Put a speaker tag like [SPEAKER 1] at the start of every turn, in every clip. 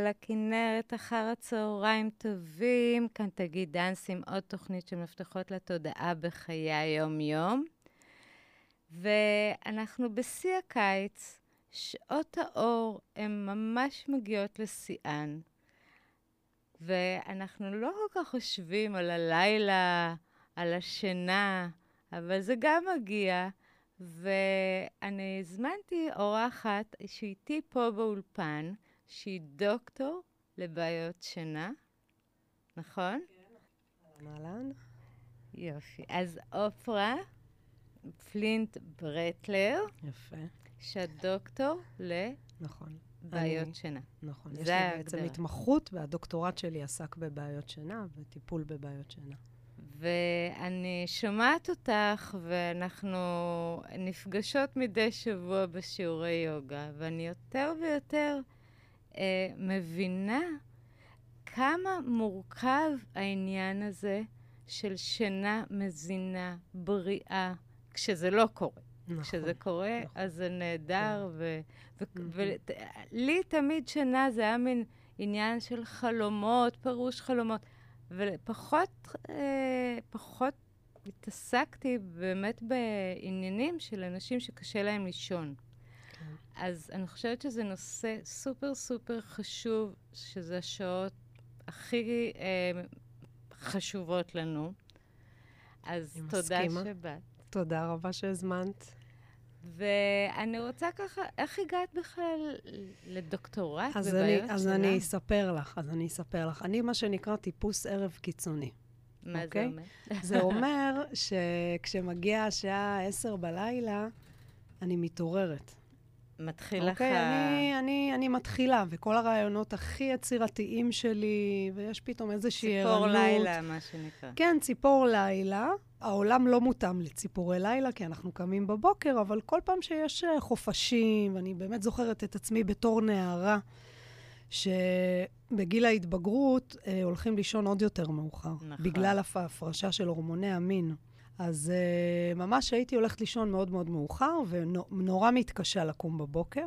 [SPEAKER 1] הכנרת, אחר הצהריים טובים. כאן תגיד דנסים, עוד תוכנית שמפתחות לתודעה בחיי היום-יום. ואנחנו בשיא הקיץ, שעות האור הן ממש מגיעות לשיאן. ואנחנו לא כל כך חושבים על הלילה, על השינה, אבל זה גם מגיע. ואני הזמנתי אורחת שאיתי פה באולפן, שהיא דוקטור לבעיות שינה, נכון?
[SPEAKER 2] כן, אהלן.
[SPEAKER 1] יופי. אז אופרה פלינט ברטלר,
[SPEAKER 2] יפה.
[SPEAKER 1] שאת דוקטור
[SPEAKER 2] נכון.
[SPEAKER 1] לבעיות שינה.
[SPEAKER 2] נכון. יש לי בעצם התמחות, והדוקטורט שלי עסק בבעיות שינה וטיפול בבעיות שינה.
[SPEAKER 1] ואני שומעת אותך, ואנחנו נפגשות מדי שבוע בשיעורי יוגה, ואני יותר ויותר מבינה כמה מורכב העניין הזה של שינה מזינה, בריאה, כשזה לא קורה. נכון, כשזה קורה, נכון. אז זה נהדר, ולי תמיד שינה זה היה מין עניין של חלומות, פירוש חלומות, ופחות התעסקתי באמת בעניינים של אנשים שקשה להם לישון. אז אני חושבת שזה נושא סופר סופר חשוב, שזה השעות הכי חשובות לנו. אז תודה שבאת.
[SPEAKER 2] תודה רבה שהזמנת.
[SPEAKER 1] ואני רוצה ככה, איך הגעת בכלל לדוקטורט בבעיות שינה?
[SPEAKER 2] אז אני אספר לך. אני מה שנקרא טיפוס ערב קיצוני.
[SPEAKER 1] מה זה אומר?
[SPEAKER 2] זה אומר שכשמגיעה השעה 10 בלילה, אני מתעוררת.
[SPEAKER 1] מתחיל לך...
[SPEAKER 2] אני מתחילה, וכל הרעיונות הכי יצירתיים שלי, ויש פתאום איזושהי ערנות.
[SPEAKER 1] ציפור לילה, מה שנקרא.
[SPEAKER 2] כן, ציפור לילה. העולם לא מותאם לציפורי לילה, כי אנחנו קמים בבוקר, אבל כל פעם שיש חופשים, ואני באמת זוכרת את עצמי בתור נערה, שבגיל ההתבגרות הולכים לישון עוד יותר מאוחר. נכון. בגלל ההפרשה של הורמוני המין. אז ממש הייתי הולכת לישון מאוד מאוד מאוחר, ונורא מתקשה לקום בבוקר.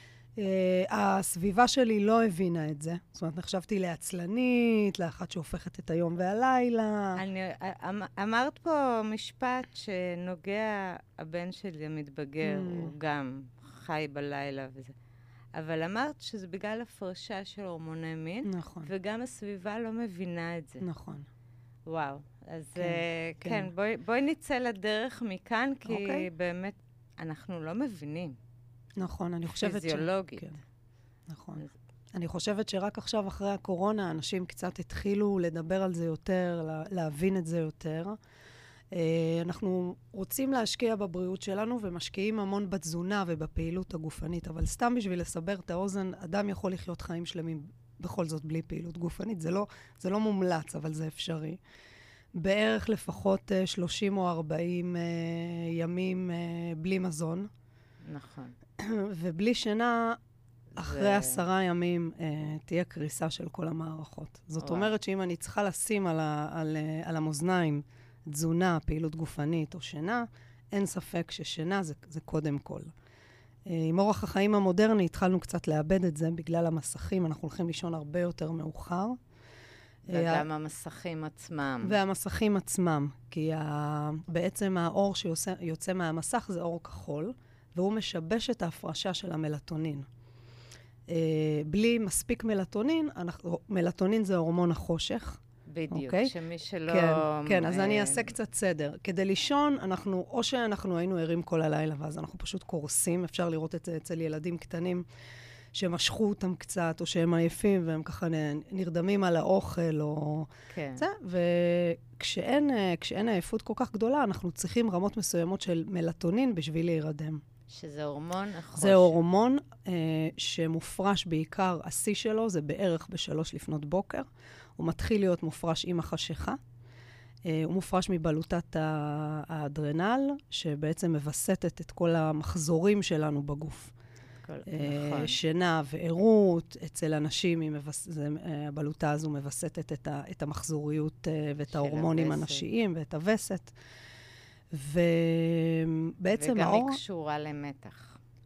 [SPEAKER 2] הסביבה שלי לא הבינה את זה. זאת אומרת, נחשבתי לעצלנית, לאחת שהופכת את היום והלילה.
[SPEAKER 1] אמרת פה משפט שנוגע, הבן שלי המתבגר, הוא גם חי בלילה וזה. אבל אמרת שזה בגלל הפרשה של הורמוני מין, נכון. וגם הסביבה לא מבינה את זה.
[SPEAKER 2] נכון.
[SPEAKER 1] וואו. אז כן, בואי נצא לדרך מכאן, כי באמת אנחנו לא מבינים.
[SPEAKER 2] נכון, אני חושבת
[SPEAKER 1] פיזיולוגית.
[SPEAKER 2] כן, נכון. אני חושבת שרק עכשיו, אחרי הקורונה, אנשים קצת התחילו לדבר על זה יותר, להבין את זה יותר. אנחנו רוצים להשקיע בבריאות שלנו, ומשקיעים המון בתזונה ובפעילות הגופנית, אבל סתם בשביל לסבר את האוזן, אדם יכול לחיות חיים שלמים בכל זאת בלי פעילות גופנית. זה לא מומלץ, אבל זה אפשרי. בערך לפחות 30 או 40 ימים בלי מזון.
[SPEAKER 1] נכון.
[SPEAKER 2] ובלי שינה, אחרי 10 ימים תהיה קריסה של כל המערכות. זאת אומרת שאם אני צריכה לשים על המאזניים תזונה, פעילות גופנית או שינה, אין ספק ששינה זה קודם כל. עם אורח החיים המודרני התחלנו קצת לאבד את זה בגלל המסכים, אנחנו הולכים לישון הרבה יותר מאוחר.
[SPEAKER 1] וגם המסכים עצמם.
[SPEAKER 2] והמסכים עצמם, כי בעצם האור שיוצא מהמסך זה אור כחול, והוא משבש את ההפרשה של המלטונין. בלי מספיק מלטונין, מלטונין זה הורמון החושך.
[SPEAKER 1] בדיוק, שמי שלא...
[SPEAKER 2] כן, אז אני אעשה קצת סדר. כדי לישון, או שאנחנו היינו ערים כל הלילה, ואז אנחנו פשוט קורסים, אפשר לראות את זה אצל ילדים קטנים, שמשכו אותם קצת, או שהם עייפים, והם ככה נרדמים על האוכל, או...
[SPEAKER 1] כן.
[SPEAKER 2] זה, וכשאין עייפות כל כך גדולה, אנחנו צריכים רמות מסוימות של מלטונין בשביל להירדם.
[SPEAKER 1] שזה הורמון החושך.
[SPEAKER 2] זה הורמון שמופרש בעיקר, השיא שלו זה בערך ב3 לפנות בוקר. הוא מתחיל להיות מופרש עם החשיכה. הוא מופרש מבלוטת האדרנל, שבעצם מבסטת את כל המחזורים שלנו בגוף.
[SPEAKER 1] נכון.
[SPEAKER 2] שינה ועירות, אצל אנשים הבלוטה הזו מבסטת את המחזוריות ואת ההורמונים הנשיים ואת הווסת. ובעצם
[SPEAKER 1] וגם היא קשורה למתח.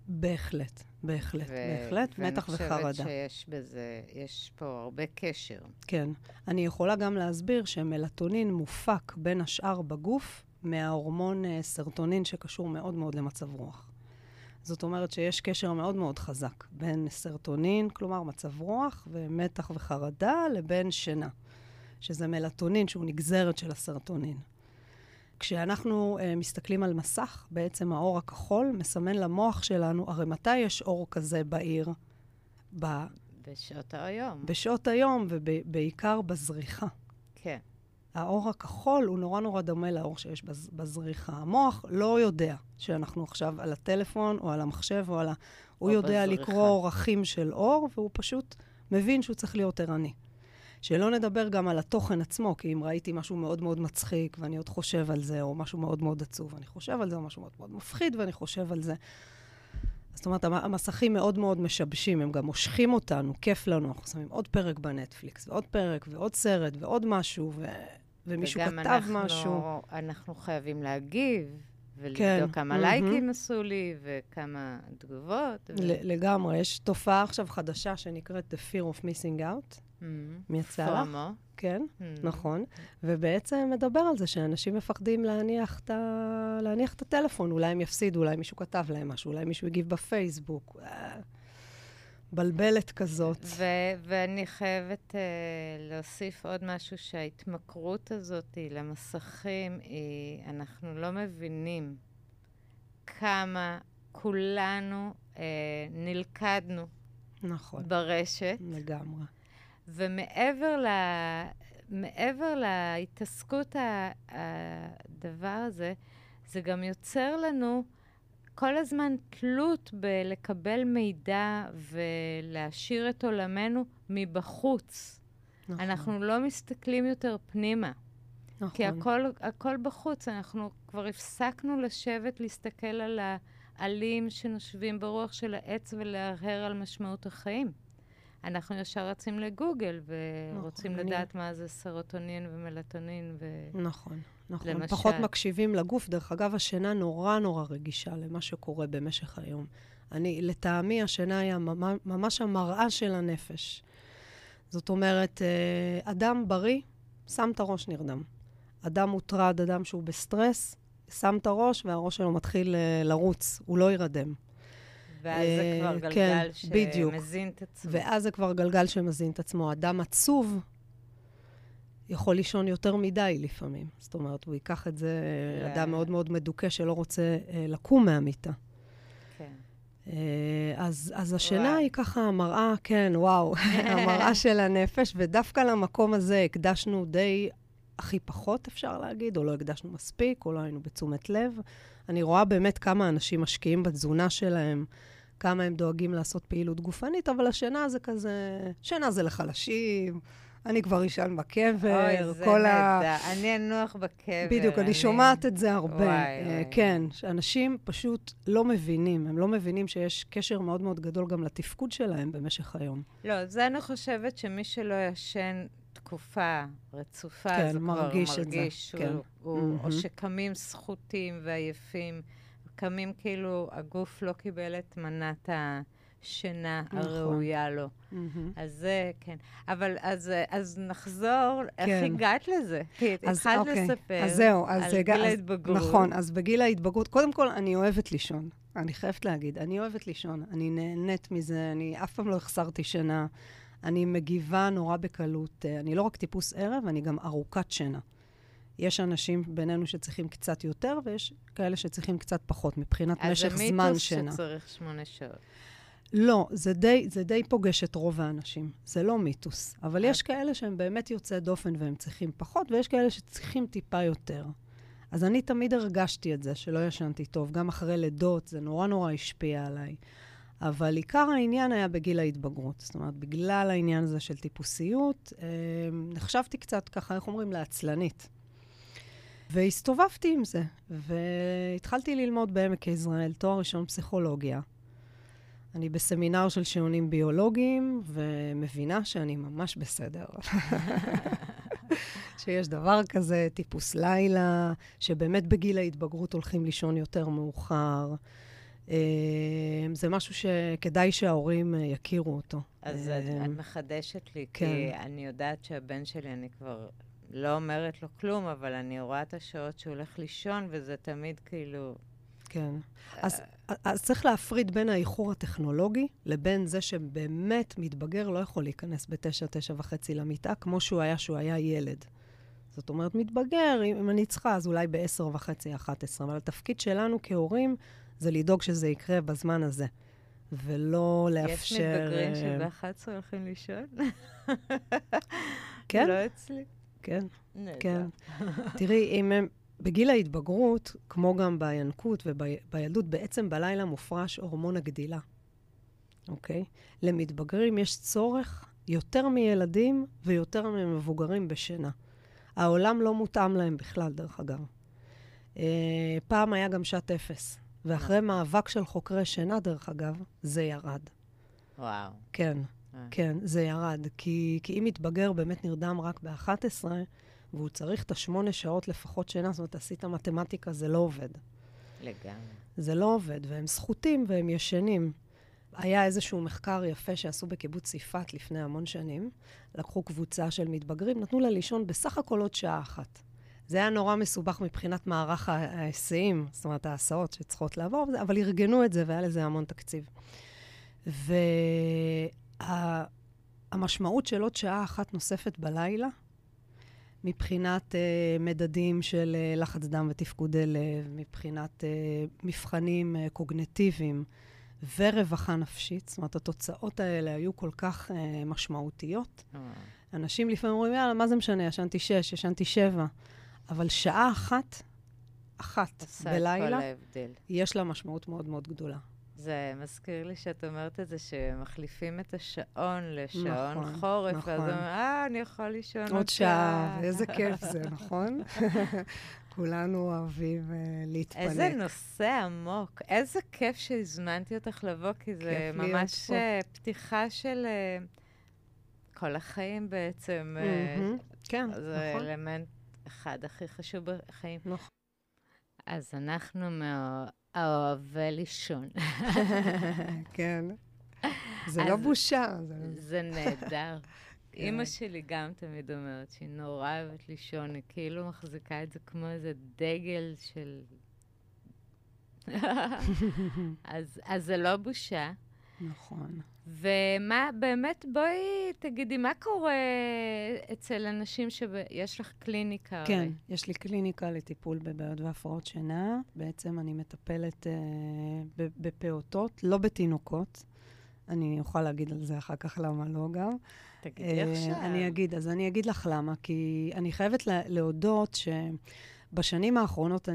[SPEAKER 2] בהחלט, בהחלט, מתח וחרדה.
[SPEAKER 1] ואני חושבת שיש בזה, יש פה הרבה קשר.
[SPEAKER 2] כן. אני יכולה גם להסביר שמלטונין מופק בין השאר בגוף מההורמון סרטונין שקשור מאוד מאוד למצב רוח. זאת אומרת שיש קשר מאוד מאוד חזק בין סרטונין, כלומר מצב רוח ומתח וחרדה, לבין שינה, שזה מלטונין שהוא נגזרת של הסרטונין. כשאנחנו מסתכלים על מסך, בעצם האור הכחול מסמן למוח שלנו, הרי מתי יש אור כזה בעיר?
[SPEAKER 1] בשעות היום.
[SPEAKER 2] בשעות היום, ובעיקר בזריחה.
[SPEAKER 1] כן.
[SPEAKER 2] האור הכחול הוא נורא נורא דומה לאור שיש בזריחה. המוח לא יודע שאנחנו עכשיו על הטלפון או על המחשב או על הוא יודע לקרוא אורכים של אור, והוא פשוט מבין שהוא צריך להיות ערני. שלא נדבר גם על התוכן עצמו, כי אם ראיתי משהו מאוד מאוד מצחיק, ואני עוד חושב על זה, או משהו מאוד מאוד עצוב, אני חושב על זה, או משהו מאוד מאוד מפחיד, ואני חושב על זה. זאת אומרת, המסכים מאוד מאוד משבשים, הם גם מושכים אותנו, כיף לנו, אנחנו שמים עוד פרק בנטפליקס, ועוד פרק, ועוד סרט, ועוד משהו, ומישהו כתב משהו.
[SPEAKER 1] וגם אנחנו חייבים להגיב, ולבדוק כמה לייקים עשו לי, וכמה תגובות.
[SPEAKER 2] לגמרי, יש תופעה עכשיו חדשה שנקראת The Fear of Missing Out. מיצא לך. פומו. כן, נכון. ובעצם מדבר על זה שאנשים מפחדים להניח את הטלפון. אולי הם יפסידו, אולי מישהו כתב להם משהו, אולי מישהו יגיב בפייסבוק. בלבלת כזאת.
[SPEAKER 1] ואני חייבת להוסיף עוד משהו, שההתמכרות הזאת למסכים, אנחנו לא מבינים כמה כולנו נלכדנו ברשת.
[SPEAKER 2] לגמרי.
[SPEAKER 1] ומעבר להתעסקות הדבר הזה, זה גם יוצר לנו כל הזמן תלות בלקבל מידע ולהשאיר את עולמנו מבחוץ. נכון. אנחנו לא מסתכלים יותר פנימה. נכון. כי הכל בחוץ. אנחנו כבר הפסקנו לשבת, להסתכל על העלים שנושבים ברוח של העץ ולהרהר על משמעות החיים. אנחנו ישר רצים לגוגל ורוצים נכון, לדעת מה זה סרוטונין ומלטונין
[SPEAKER 2] נכון, נכון. למשל. פחות מקשיבים לגוף. דרך אגב, השינה נורא נורא רגישה למה שקורה במשך היום. לטעמי, השינה היה ממש המראה של הנפש. זאת אומרת, אדם בריא, שם את הראש נרדם. אדם מוטרד, אדם שהוא בסטרס, שם את הראש והראש שלו מתחיל לרוץ, הוא לא ירדם.
[SPEAKER 1] ואז זה כבר גלגל שמזין את עצמו.
[SPEAKER 2] ואז זה כבר גלגל שמזין את עצמו. אדם עצוב יכול לישון יותר מדי לפעמים. זאת אומרת, הוא ייקח את זה, אדם מאוד מאוד מדוכא שלא רוצה לקום מהמיטה.
[SPEAKER 1] כן.
[SPEAKER 2] אז השינה היא ככה המראה, כן, וואו, המראה של הנפש, ודווקא למקום הזה הקדשנו די הכי פחות, אפשר להגיד, או לא הקדשנו מספיק, או לא היינו בתשומת לב. אני רואה באמת כמה אנשים משקיעים בתזונה שלהם, כמה הם דואגים לעשות פעילות גופנית, אבל השינה זה כזה, שינה זה לחלשים, אני כבר ישן בקבר,
[SPEAKER 1] אוי, זה נדע, אני אנוח בקבר.
[SPEAKER 2] בדיוק, אני שומעת את זה הרבה. כן, שאנשים פשוט לא מבינים, הם לא מבינים שיש קשר מאוד מאוד גדול גם לתפקוד שלהם במשך היום.
[SPEAKER 1] לא, זה אני חושבת שמי שלא ישן תקופה רצופה,
[SPEAKER 2] כן,
[SPEAKER 1] זה
[SPEAKER 2] מרגיש
[SPEAKER 1] כבר מרגיש
[SPEAKER 2] כן.
[SPEAKER 1] או שקמים סחוטים ועייפים, קמים כאילו הגוף לא קיבל את מנת השינה הראויה לו. אז זה, כן. אבל אז נחזור, איך הגעת לזה? כי התחלת לספר על גיל ההתבגרות.
[SPEAKER 2] נכון, אז בגיל ההתבגרות, קודם כל אני אוהבת לישון. אני חייבת להגיד, אני אוהבת לישון. אני נהנית מזה, אני אף פעם לא החסרתי שינה. אני מגיבה נורא בקלות. אני לא רק טיפוס ערב, אני גם ארוכת שינה. יש אנשים בינינו שצריכים קצת יותר, ויש כאלה שצריכים קצת פחות, מבחינת משך זמן שינה.
[SPEAKER 1] אז זה מיתוס שצריך 8 שעות.
[SPEAKER 2] לא, זה די פוגש את רוב האנשים. זה לא מיתוס. אבל יש כאלה שהם באמת יוצאי דופן והם צריכים פחות, ויש כאלה שצריכים טיפה יותר. אז אני תמיד הרגשתי את זה, שלא ישנתי טוב. גם אחרי לידות, זה נורא נורא השפיע עליי. אבל עיקר העניין היה בגיל ההתבגרות. זאת אומרת, בגלל העניין הזה של טיפוסיות, נחשבתי קצת, ככה, איך אומרים, לעצלנית. והסתובבתי עם זה, והתחלתי ללמוד בעמק יזרעאל, תואר ראשון פסיכולוגיה. אני בסמינר של שעונים ביולוגיים, ומבינה שאני ממש בסדר. שיש דבר כזה, טיפוס לילה, שבאמת בגיל ההתבגרות הולכים לישון יותר מאוחר. זה משהו שכדאי שההורים יכירו אותו.
[SPEAKER 1] אז את מחדשת לי, כי אני יודעת שהבן שלי, אני כבר לא אומרת לו כלום, אבל אני רואה את השעות שהוא הולך לישון, וזה תמיד כאילו...
[SPEAKER 2] כן. אז צריך להפריד בין האיחור הטכנולוגי לבין זה שבאמת מתבגר לא יכול להיכנס ב9:30 למיטה, כמו שהוא היה ילד. זאת אומרת, מתבגר, אם אני צריכה, אז אולי ב10:30, 11. אבל התפקיד שלנו כהורים זה לדאוג שזה יקרה בזמן הזה, ולא לאפשר...
[SPEAKER 1] יש מתבגרים שב-11 הולכים לישון?
[SPEAKER 2] כן?
[SPEAKER 1] לא אצלי.
[SPEAKER 2] כן, כן. תראי, אם הם... בגיל ההתבגרות, כמו גם בינקות ובילדות, בעצם בלילה מופרש הורמון הגדילה. אוקיי? למתבגרים יש צורך יותר מילדים ויותר ממבוגרים בשינה. העולם לא מותאם להם בכלל, דרך אגב. פעם היה גם שעת אפס, ואחרי מאבק של חוקרי שינה, דרך אגב, זה ירד.
[SPEAKER 1] וואו.
[SPEAKER 2] כן, כן, זה ירד. כי אם מתבגר באמת נרדם רק ב-11, והוא צריך את 8 שעות לפחות שינה, זאת אומרת, עשית מתמטיקה, זה לא עובד.
[SPEAKER 1] לגמרי.
[SPEAKER 2] זה לא עובד, והם זכותים והם ישנים. היה איזשהו מחקר יפה שעשו בקיבוץ יפעת לפני המון שנים. לקחו קבוצה של מתבגרים, נתנו לה לישון בסך הכל עוד שעה אחת. זה היה נורא מסובך מבחינת מערך ההיסעים, זאת אומרת, ההסעות שצריכות לעבור, אבל ארגנו את זה והיה לזה המון תקציב. והמשמעות של עוד שעה אחת נוספת בלילה, מבחינת מדדים של לחץ דם ותפקודי לב, מבחינת מבחנים קוגניטיביים ורווחה נפשית. זאת אומרת, התוצאות האלה היו כל כך משמעותיות. אנשים לפעמים אומרים, יאללה, מה זה משנה? ישנתי 6, ישנתי 7. אבל שעה אחת בלילה, יש לה משמעות מאוד מאוד גדולה.
[SPEAKER 1] זה מזכיר לי שאת אומרת את זה, שמחליפים את השעון לשעון חורף, ואז אומרים, אני יכול לישון
[SPEAKER 2] עוד שעה. איזה כיף זה, נכון? כולנו אוהבים להתפנק.
[SPEAKER 1] איזה נושא עמוק. איזה כיף שהזמנתי אותך לבוא, כי זה ממש פתיחה של כל החיים בעצם.
[SPEAKER 2] כן, נכון.
[SPEAKER 1] זה אלמנט אחד הכי חשוב בחיים.
[SPEAKER 2] נכון.
[SPEAKER 1] אז אנחנו אוהבי לישון.
[SPEAKER 2] כן. זה לא בושה.
[SPEAKER 1] זה נהדר. אמא שלי גם תמיד אומרת שהיא נורא אוהבת לישון, היא כאילו מחזיקה את זה כמו איזה דגל של... אז זה לא בושה.
[SPEAKER 2] נכון.
[SPEAKER 1] ומה, באמת, בואי תגידי, מה קורה אצל אנשים שיש לך קליניקה?
[SPEAKER 2] כן, יש לי קליניקה לטיפול בבעיות והפרעות שינה. בעצם אני מטפלת בפעוטות, לא בתינוקות. אני אוכל להגיד על זה אחר כך למה לא גם.
[SPEAKER 1] תגידי עכשיו.
[SPEAKER 2] אני אגיד לך למה, כי אני חייבת להודות שבשנים האחרונות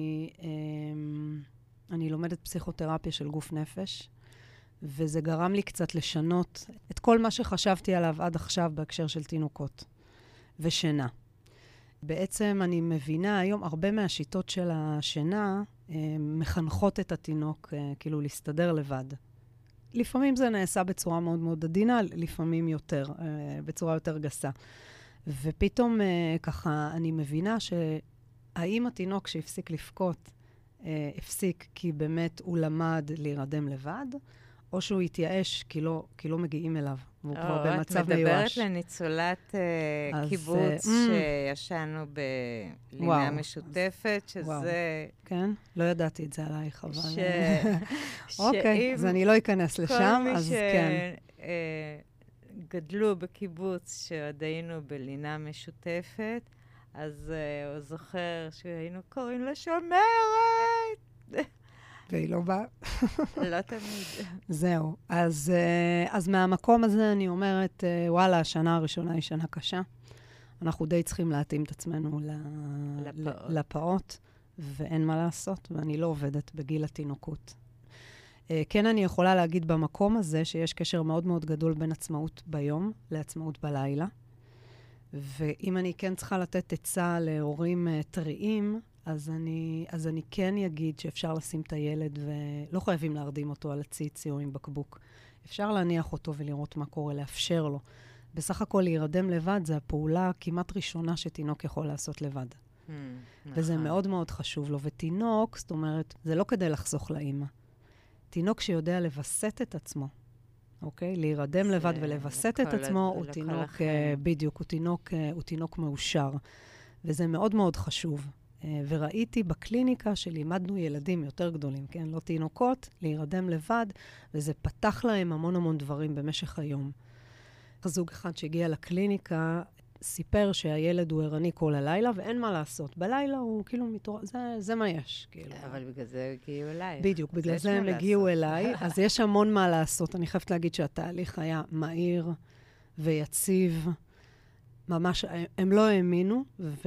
[SPEAKER 2] אני לומדת פסיכותרפיה של גוף נפש, וזה גרם לי קצת לשנות את כל מה שחשבתי עליו עד עכשיו בהקשר של תינוקות ושינה. בעצם אני מבינה היום הרבה מהשיטות של השינה מחנכות את התינוק כאילו להסתדר לבד. לפעמים זה נעשה בצורה מאוד מאוד עדינה, לפעמים יותר, בצורה יותר גסה. ופתאום ככה אני מבינה שהאם התינוק שהפסיק לבכות, הפסיק כי באמת הוא למד להירדם לבד, או שהוא התייאש כי לא מגיעים אליו, והוא כבר במצב מיואש.
[SPEAKER 1] את מדברת לניצולת קיבוץ שישנו בלינה משותפת, שזה...
[SPEAKER 2] כן? לא ידעתי את זה עלייך, אבל... אוקיי, אז אני לא אכנס לשם, אז כן.
[SPEAKER 1] כל מי שגדלו בקיבוץ שעוד היינו בלינה משותפת, אז הוא זוכר שהיינו קוראים לה שומרת.
[SPEAKER 2] והיא לא באה.
[SPEAKER 1] לא תמיד.
[SPEAKER 2] זהו. אז מהמקום הזה אני אומרת, וואלה, השנה הראשונה היא שנה קשה. אנחנו די צריכים להתאים את עצמנו לפעוט, ואין מה לעשות, ואני לא עובדת בגיל התינוקות. כן, אני יכולה להגיד במקום הזה שיש קשר מאוד מאוד גדול בין עצמאות ביום לעצמאות בלילה. ואם אני כן צריכה לתת עצה להורים טריים, אז אני כן אגיד שאפשר לשים את הילד ולא חייבים להרדים אותו על הציצי או עם בקבוק. אפשר להניח אותו ולראות מה קורה, לאפשר לו. בסך הכל להירדם לבד זה הפעולה כמעט ראשונה שתינוק יכול לעשות לבד. וזה מאוד מאוד חשוב לו. ותינוק, זאת אומרת, זה לא כדי לחסוך לאמא. תינוק שיודע לבסט את עצמו, אוקיי? להירדם לבד ולבסט את עצמו, הוא תינוק, בדיוק, הוא תינוק מאושר. וזה מאוד מאוד חשוב. וראיתי בקליניקה שלימדנו ילדים יותר גדולים, כן? לא תינוקות, להירדם לבד, וזה פתח להם המון המון דברים במשך היום. זוג אחד שהגיע לקליניקה, סיפר שהילד הוא ערני כל הלילה, ואין מה לעשות. בלילה הוא כאילו זה מה יש. כאילו.
[SPEAKER 1] אבל בגלל זה הגיעו אליי.
[SPEAKER 2] בדיוק, בגלל זה הם הגיעו אליי. אז יש המון מה לעשות. אני חייבת להגיד שהתהליך היה מהיר ויציב. ממש, הם לא האמינו,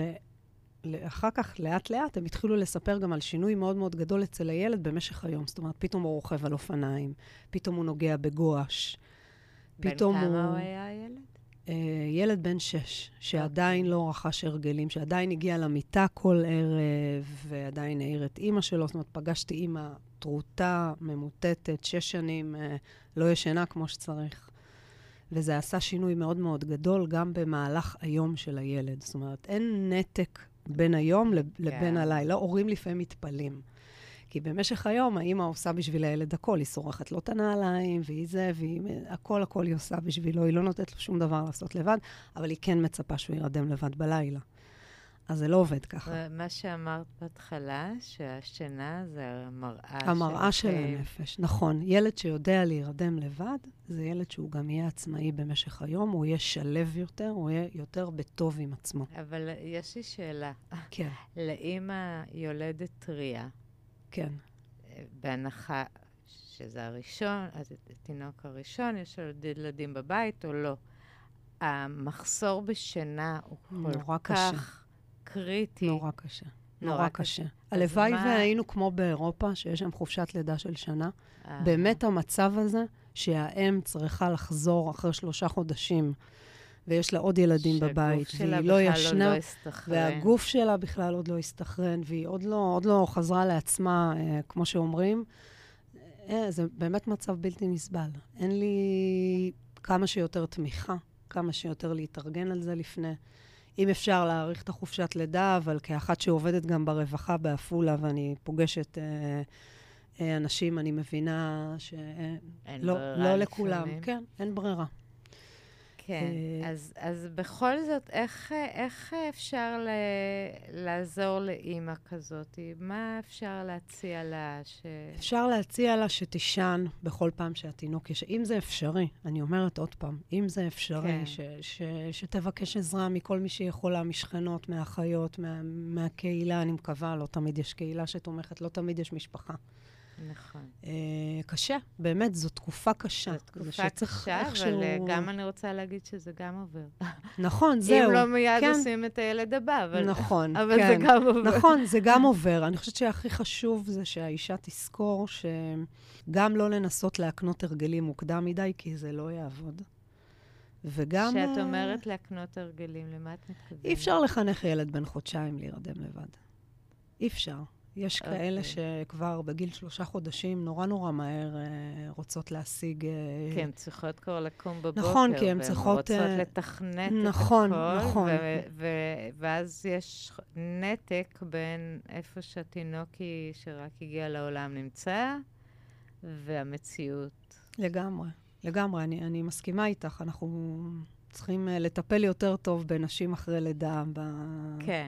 [SPEAKER 2] ואחר כך, לאט לאט, הם התחילו לספר גם על שינוי מאוד מאוד גדול אצל הילד במשך היום. זאת אומרת, פתאום הוא רוכב על אופניים, פתאום הוא נוגע בגואש.
[SPEAKER 1] בן כמה הוא היה הילד?
[SPEAKER 2] ילד בן 6, שעדיין לא רכש הרגלים, שעדיין הגיע למיטה כל ערב, ועדיין העיר את אימא שלו. זאת אומרת, פגשתי אימא טרוטה, ממוטטת, 6 שנים, לא ישנה כמו שצריך. וזה עשה שינוי מאוד מאוד גדול, גם במהלך היום של הילד. זאת אומרת, אין נתק בין היום לבין הלילה. הורים לפעמים מתפלים. כי במשך היום האמא עושה בשביל הילד הכל. היא שורחת לו את הנעליים, והיא זה, הכל היא עושה בשבילו. היא לא נותנת לו שום דבר לעשות לבד, אבל היא כן מצפה שהוא ירדם לבד בלילה. אז זה לא עובד ככה.
[SPEAKER 1] מה שאמרת בהתחלה, שהשינה זה
[SPEAKER 2] המראה של הנפש. נכון. ילד שיודע להירדם לבד, זה ילד שהוא גם יהיה עצמאי במשך היום, הוא יהיה שלב יותר, הוא יהיה יותר בטוב עם עצמו.
[SPEAKER 1] אבל יש לי שאלה.
[SPEAKER 2] כן.
[SPEAKER 1] לאמא יולדת טריה.
[SPEAKER 2] כן.
[SPEAKER 1] בהנחה שזה הראשון, אז התינוק הראשון, יש לו ילדים בבית או לא. המחסור בשינה הוא כל כך קריטי.
[SPEAKER 2] נורא קשה. נורא קשה. הלוואי והיינו כמו באירופה, שיש שם חופשת לידה של שנה. באמת המצב הזה, שהאם צריכה לחזור אחרי 3 חודשים, ויש לה עוד ילדים בבית, והיא לא ישנה, והגוף שלה בכלל עוד לא הסתכרן, והיא עוד לא חזרה לעצמה, כמו שאומרים. זה באמת מצב בלתי נסבל. אין לי כמה שיותר תמיכה, כמה שיותר להתארגן על זה לפני. אם אפשר להאריך את החופשת לידה, אבל כאחת שעובדת גם ברווחה בעפולה, ואני פוגשת אנשים, אני מבינה שלא לכולם. כן, אין ברירה.
[SPEAKER 1] כן, אז בכל זאת, איך אפשר לעזור לאמא כזאת? מה אפשר להציע לה?
[SPEAKER 2] אפשר להציע לה שתישן בכל פעם שהתינוק יש... אם זה אפשרי, אני אומרת עוד פעם, אם זה אפשרי, שתבקש עזרה מכל מי שיכולה, משכנות, מאחיות, מהקהילה, אני מקווה, לא תמיד יש קהילה שתומכת, לא תמיד יש משפחה.
[SPEAKER 1] נכון.
[SPEAKER 2] קשה, באמת, זו תקופה קשה.
[SPEAKER 1] זו תקופה קשה, אבל גם אני רוצה להגיד שזה גם עובר.
[SPEAKER 2] נכון, זהו.
[SPEAKER 1] אם לא מיד עושים את הילד הבא, אבל
[SPEAKER 2] זה
[SPEAKER 1] גם עובר.
[SPEAKER 2] נכון, זה גם עובר. אני חושבת שהכי חשוב זה שהאישה תזכור שגם לא לנסות להקנות הרגלים מוקדם מדי, כי זה לא יעבוד. וגם...
[SPEAKER 1] שאת אומרת להקנות הרגלים, למה את מתכוונת?
[SPEAKER 2] אי אפשר לחנך ילד בן חודשיים להירדם לבד. אי אפשר. יש כאלה שכבר בגיל 3 חודשים נורא מהר רוצות להשיג...
[SPEAKER 1] כי הן צריכות כבר לקום בבוקר.
[SPEAKER 2] נכון, כי הן צריכות...
[SPEAKER 1] והן רוצות לתכנת
[SPEAKER 2] נכון,
[SPEAKER 1] את הכל.
[SPEAKER 2] נכון.
[SPEAKER 1] ואז יש נתק בין איפה שהתינוק שרק הגיע לעולם נמצא, והמציאות.
[SPEAKER 2] לגמרי. אני מסכימה איתך. אנחנו צריכים לטפל יותר טוב בנשים אחרי לידה.
[SPEAKER 1] כן.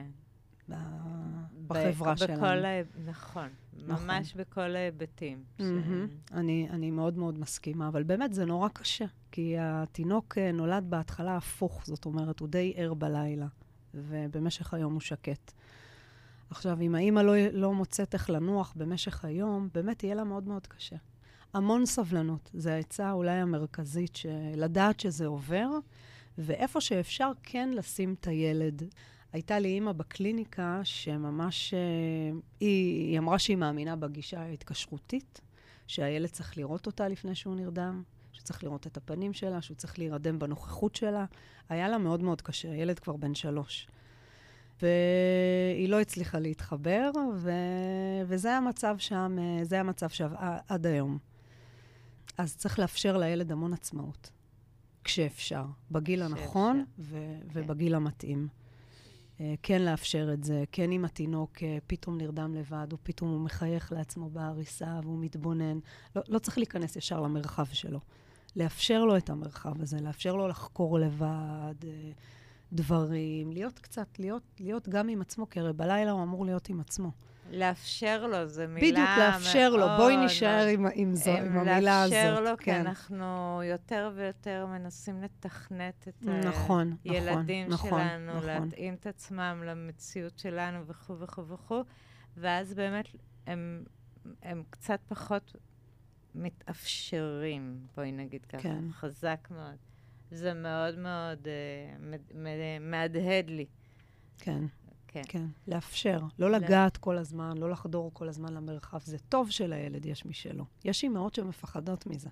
[SPEAKER 2] בחברה שלנו.
[SPEAKER 1] נכון, ממש בכל ההיבטים.
[SPEAKER 2] אני מאוד מאוד מסכימה, אבל באמת זה נורא קשה, כי התינוק נולד בהתחלה הפוך, זאת אומרת, הוא די ער בלילה, ובמשך היום הוא שקט. עכשיו, אם האמא לא מוצאת איך לנוח במשך היום, באמת יהיה לה מאוד מאוד קשה. המון סבלנות, זו העצה אולי המרכזית, לדעת שזה עובר, ואיפה שאפשר כן לשים את הילד. הייתה לי אימא בקליניקה שממש, היא אמרה שהיא מאמינה בגישה ההתקשרותית, שהילד צריך לראות אותה לפני שהוא נרדם, שצריך לראות את הפנים שלה, שהוא צריך להירדם בנוכחות שלה. היה לה מאוד מאוד קשה, הילד כבר בן 3. והיא לא הצליחה להתחבר, וזה המצב שם, זה המצב עד היום. אז צריך לאפשר לילד המון עצמאות, כשאפשר, בגיל הנכון ובגיל המתאים. כן לאפשר את זה, כן אם התינוק פתאום נרדם לבד, או פתאום הוא מחייך לעצמו בעריסה, והוא מתבונן. לא צריך להיכנס ישר למרחב שלו. לאפשר לו את המרחב הזה, לאפשר לו לחקור לבד דברים, להיות גם עם עצמו, כי הרי בלילה הוא אמור להיות עם עצמו.
[SPEAKER 1] לאפשר לו, זו מילה
[SPEAKER 2] בדיוק, לאפשר לו. בואי נשאר עם המילה הזאת.
[SPEAKER 1] לאפשר לו, כי אנחנו יותר ויותר מנסים לתכנת את הילדים שלנו, להתאים את עצמם למציאות שלנו וכו' וכו' וכו', ואז באמת הם קצת פחות מתאפשרים, בואי נגיד ככה, חזק מאוד. זה מאוד מאוד מהדהד לי.
[SPEAKER 2] כן. כן, לאפשר. לא לגעת כל הזמן, לא לחדור כל הזמן למרחב. זה טוב שלילד יש משלו. יש אימהות שמפחדות מזה.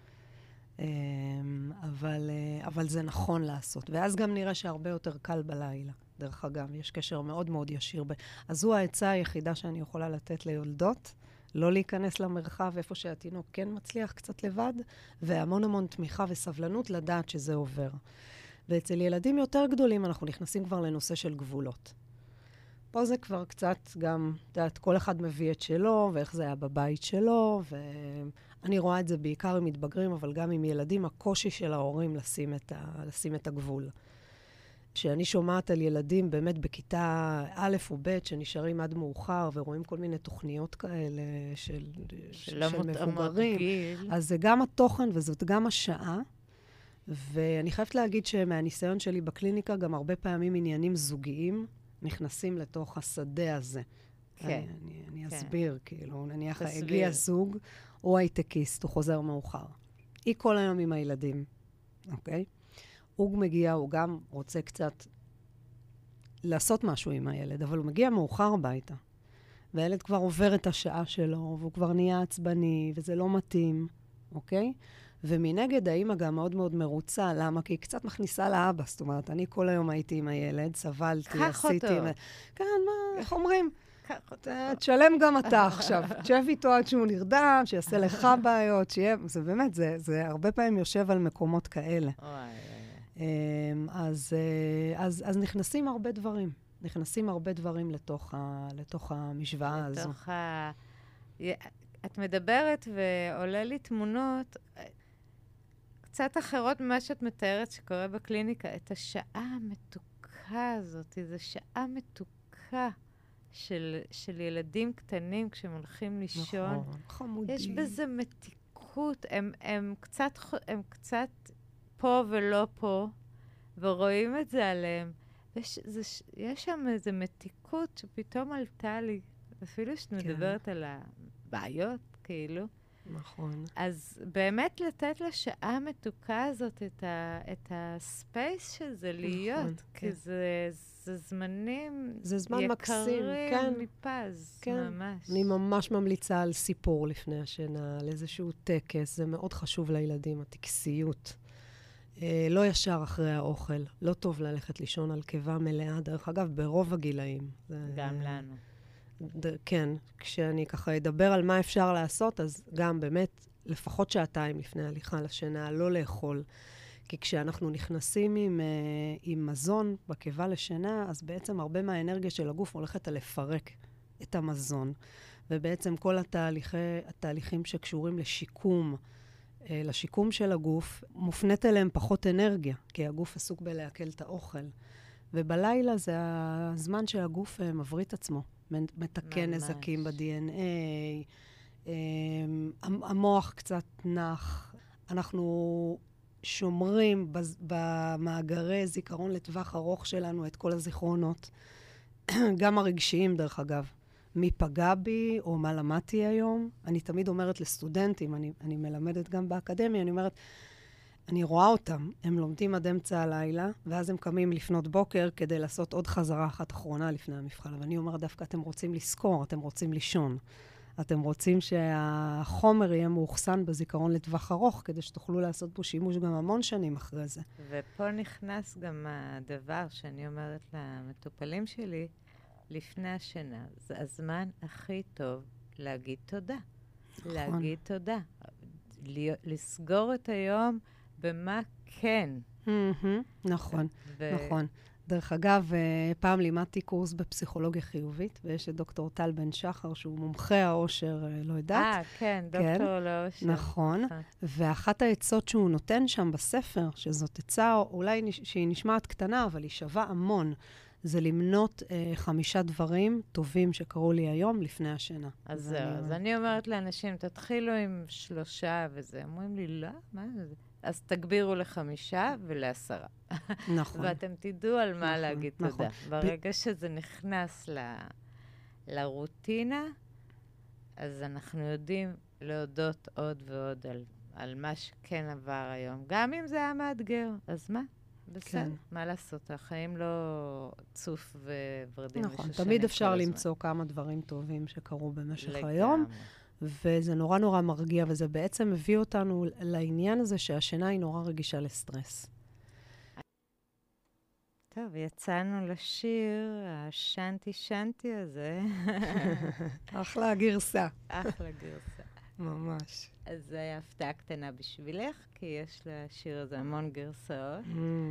[SPEAKER 2] אבל זה נכון לעשות. ואז גם נראה שהרבה יותר קל בלילה. דרך אגב, יש קשר מאוד מאוד ישיר. אז זו העצה היחידה שאני יכולה לתת ליולדות, לא להיכנס למרחב איפה שהתינוק כן מצליח קצת לבד, והמון המון תמיכה וסבלנות לדעת שזה עובר. ואצל ילדים יותר גדולים אנחנו נכנסים כבר לנושא של גבולות. פה זה כבר קצת גם, יודעת, כל אחד מביא את שלו, ואיך זה היה בבית שלו, ואני רואה את זה בעיקר עם מתבגרים, אבל גם עם ילדים, הקושי של ההורים לשים את הגבול. שאני שומעת על ילדים באמת בכיתה א' או ב', שנשארים עד מאוחר, ורואים כל מיני תוכניות כאלה של מבוגרים. אז זה גם התוכן וזאת גם השעה, ואני חייבת להגיד שמהניסיון שלי בקליניקה, גם הרבה פעמים עניינים זוגיים, נכנסים לתוך השדה הזה.
[SPEAKER 1] כן.
[SPEAKER 2] אני אסביר, כאילו, נניח הגיע זוג, הוא הייטקיסט, הוא חוזר מאוחר. היא כל היום עם הילדים, אוקיי? הוא מגיע, הוא גם רוצה קצת לעשות משהו עם הילד, אבל הוא מגיע מאוחר הביתה. והילד כבר עובר את השעה שלו, והוא כבר נהיה עצבני, וזה לא מתאים, אוקיי? ומנגד, האמא גם מאוד מאוד מרוצה. למה? כי היא קצת מכניסה לאבא. זאת אומרת, אני כל היום הייתי עם הילד, סבלתי, עשיתי... כן, מה, איך אומרים? תשלם גם אתה עכשיו. תשב איתו עד שהוא נרדם, שיעשה לך בעיות, שיהיה... זה באמת, זה הרבה פעמים יושב על מקומות כאלה. אז נכנסים הרבה דברים. נכנסים הרבה דברים לתוך המשוואה הזו.
[SPEAKER 1] את מדברת ועולה לי תמונות... קצת אחרות ממה שאת מתארת שקורה בקליניקה, את השעה המתוקה הזאת, זו שעה מתוקה של ילדים קטנים כשהם הולכים לישון.
[SPEAKER 2] נכון, חמודים.
[SPEAKER 1] יש בזה מתיקות, הם קצת פה ולא פה, ורואים את זה עליהם. יש שם איזו מתיקות שפתאום עלתה לי, אפילו שאת מדברת על הבעיות, כאילו.
[SPEAKER 2] נכון.
[SPEAKER 1] אז באמת לתת לשעה המתוקה הזאת את הספייס של זה להיות, כי זה זמנים יקרים מפז, ממש.
[SPEAKER 2] אני ממש ממליצה על סיפור לפני השינה, על איזשהו טקס, זה מאוד חשוב לילדים, הטקסיות. לא ישר אחרי האוכל, לא טוב ללכת לישון על קיבה מלאה, דרך אגב, ברוב הגילאים.
[SPEAKER 1] גם לנו.
[SPEAKER 2] כן, כשאני ככה אדבר על מה אפשר לעשות, אז גם באמת, לפחות שעתיים לפני הליכה לשינה, לא לאכול. כי כשאנחנו נכנסים עם מזון בקיבה לשינה, אז בעצם הרבה מהאנרגיה של הגוף הולכת לפרק את המזון. ובעצם כל התהליכים שקשורים לשיקום של הגוף, מופנית אליהם פחות אנרגיה, כי הגוף עסוק בלהקל את האוכל. ובלילה זה הזמן שהגוף מבריא את עצמו. מתקן נזקים ב-DNA, המוח קצת נח. אנחנו שומרים במאגרי זיכרון לטווח ארוך שלנו את כל הזיכרונות, גם הרגשיים דרך אגב. מי פגע בי או מה למדתי היום. אני תמיד אומרת לסטודנטים, אני מלמדת גם באקדמיה, אני אומרת, אני רואה אותם, הם לומדים עד אמצע הלילה, ואז הם קמים לפנות בוקר כדי לעשות עוד חזרה אחת אחרונה לפני המבחן. אבל אני אומרת, דווקא אתם רוצים לזכור, אתם רוצים לישון. אתם רוצים שהחומר יהיה מאוחסן בזיכרון לטווח ארוך, כדי שתוכלו לעשות בו שימוש גם המון שנים אחרי זה.
[SPEAKER 1] ופה נכנס גם הדבר שאני אומרת למטופלים שלי, לפני השינה. זה הזמן הכי טוב להגיד תודה. נכון. להגיד תודה. לסגור את היום במה כן.
[SPEAKER 2] נכון, נכון. דרך אגב, פעם לימדתי קורס בפסיכולוגיה חיובית, ויש את דוקטור טל בן שחר, שהוא מומחה האושר, לא יודעת.
[SPEAKER 1] כן, דוקטור לאושר.
[SPEAKER 2] נכון. ואחת העצות שהוא נותן שם בספר, שזאת עצה אולי שהיא נשמעת קטנה, אבל היא שווה המון, זה למנות 5 דברים טובים שקרו לי היום לפני השינה.
[SPEAKER 1] אז זהו, אז אני אומרת לאנשים, תתחילו עם 3 וזה. אומרים לי, לא, מה זה? אז תגבירו ל5 ול10.
[SPEAKER 2] נכון.
[SPEAKER 1] ואתם תדעו על מה להגיד תודה. ברגע שזה נכנס לרוטינה, אז אנחנו יודעים להודות עוד ועוד על מה שכן עבר היום. גם אם זה היה מאתגר, אז מה? בסדר, מה לעשות? החיים לא צוף וורדים
[SPEAKER 2] נכון, תמיד אפשר למצוא כמה דברים טובים שקרו במשך היום. וזה נורא נורא מרגיע, וזה בעצם מביא אותנו לעניין הזה שהשינה היא נורא רגישה לסטרס.
[SPEAKER 1] טוב, יצאנו לשיר, השנטי הזה.
[SPEAKER 2] אחלה גרסה.
[SPEAKER 1] אחלה גרסה.
[SPEAKER 2] ממש.
[SPEAKER 1] אז זו הייתה הפתעה קטנה בשבילך, כי יש לשיר הזה המון גרסאות.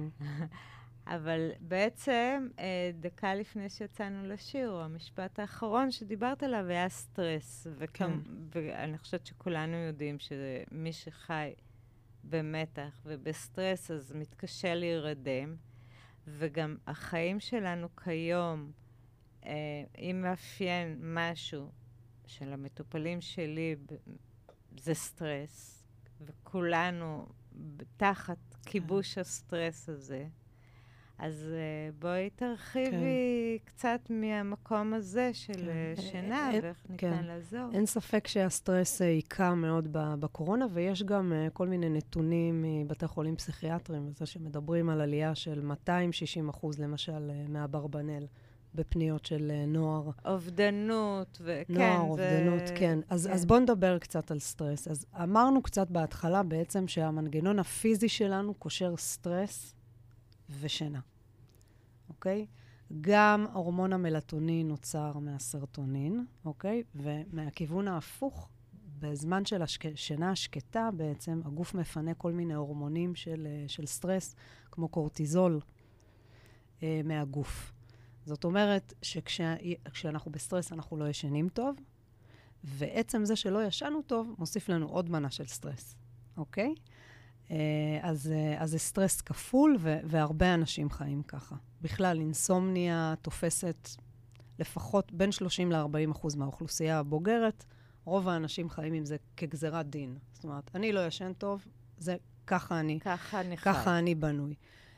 [SPEAKER 1] אבל בעצם, דקה לפני שיצאנו לשיר, המשפט האחרון שדיברת עליו היה סטרס. ואני חושבת שכולנו יודעים שמי שחי במתח ובסטרס, אז מתקשה להירדם. וגם החיים שלנו כיום, אם מאפיין משהו של המטופלים שלי, זה סטרס, וכולנו תחת כיבוש הסטרס הזה. אז בואי תרחיבי קצת מהמקום הזה של שינה, ואיך ניתן לעזור.
[SPEAKER 2] אין ספק שהסטרס היכה מאוד בקורונה, ויש גם כל מיני נתונים מבתי חולים פסיכיאטריים, וזה שמדברים על עלייה של 260% למשל מהאברבנל, בפניות של נוער.
[SPEAKER 1] אובדנות,
[SPEAKER 2] נוער, אובדנות, כן. אז בואו נדבר קצת על סטרס. אז אמרנו קצת בהתחלה בעצם שהמנגנון הפיזי שלנו קושר סטרס ושינה, אוקיי? גם הורמון המלטונין נוצר מהסרטונין, אוקיי? ומהכיוון ההפוך, בזמן של שינה השקטה בעצם, הגוף מפנה כל מיני הורמונים של סטרס, כמו קורטיזול, מהגוף. זאת אומרת שכשאנחנו בסטרס אנחנו לא ישנים טוב, ועצם זה שלא ישנו טוב מוסיף לנו עוד מנה של סטרס, אוקיי? אז זה סטרס כפול, והרבה אנשים חיים ככה. בכלל, אינסומניה תופסת לפחות בין 30-40% מהאוכלוסייה הבוגרת. רוב האנשים חיים עם זה כגזירת דין. זאת אומרת, אני לא ישן טוב, זה ככה אני בנוי.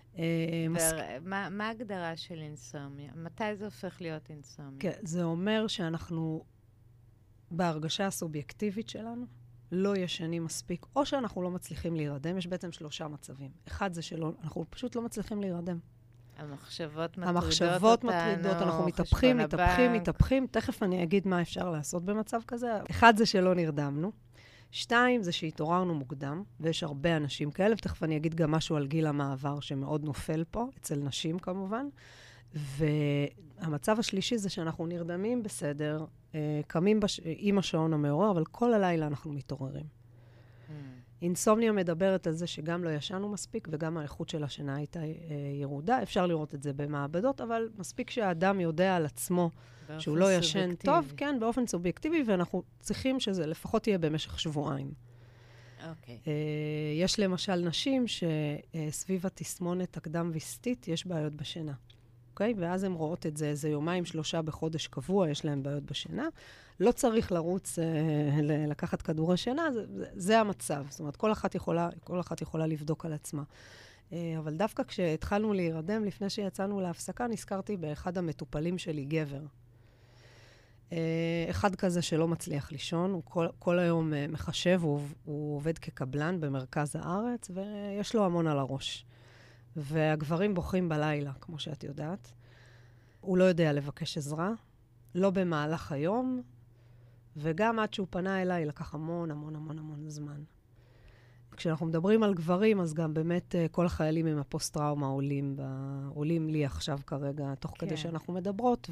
[SPEAKER 1] מה ההגדרה של אינסומניה? מתי זה הופך להיות אינסומניה?
[SPEAKER 2] כן, זה אומר שאנחנו, בהרגשה הסובייקטיבית שלנו, לא ישנים מספיק, או שאנחנו לא מצליחים להירדם. יש בעצם 3 מצבים. אחד זה אנחנו פשוט לא מצליחים להירדם.
[SPEAKER 1] המחשבות
[SPEAKER 2] מטרידות, אנחנו מתהפכים. תכף אני אגיד מה אפשר לעשות במצב כזה. אחד זה שלא נרדמנו. 2 זה שהתעוררנו מוקדם, ויש הרבה אנשים כאלה, ותכף אני אגיד גם משהו על גיל המעבר שמאוד נופל פה, אצל נשים כמובן. והמצב השלישי זה שאנחנו נרדמים בסדר, קמים עם השעון המעורר, אבל כל הלילה אנחנו מתעוררים. אינסומניה מדברת על זה שגם לא ישנו מספיק, וגם האיכות של השינה הייתה ירודה. אפשר לראות את זה במעבדות, אבל מספיק שהאדם יודע על עצמו שהוא לא ישן טוב, כן, באופן סובייקטיבי, ואנחנו צריכים שזה לפחות יהיה במשך שבועיים.
[SPEAKER 1] אוקיי.
[SPEAKER 2] יש למשל נשים שסביב התסמונת הקדם-ויסטית יש בעיות בשינה. אוקיי? ואז הן רואות את זה איזה 2-3 בחודש קבוע, יש להן בעיות בשינה. לא צריך לרוץ, לקחת כדורי שינה, זה המצב. זאת אומרת, כל אחת יכולה לבדוק על עצמה. אבל דווקא כשהתחלנו להירדם, לפני שיצאנו להפסקה, נזכרתי באחד המטופלים שלי, גבר. אחד כזה שלא מצליח לישון, הוא כל היום מחשב, הוא עובד כקבלן במרכז הארץ, ויש לו המון על הראש. והגברים בוכים בלילה, כמו שאת יודעת. הוא לא יודע לבקש עזרה, לא במהלך היום, וגם עד שהוא פנה אליי, לקח המון זמן. כשאנחנו מדברים על גברים, אז גם באמת כל החיילים עם הפוסט-טראומה עולים לי עכשיו כרגע, תוך כדי שאנחנו מדברות,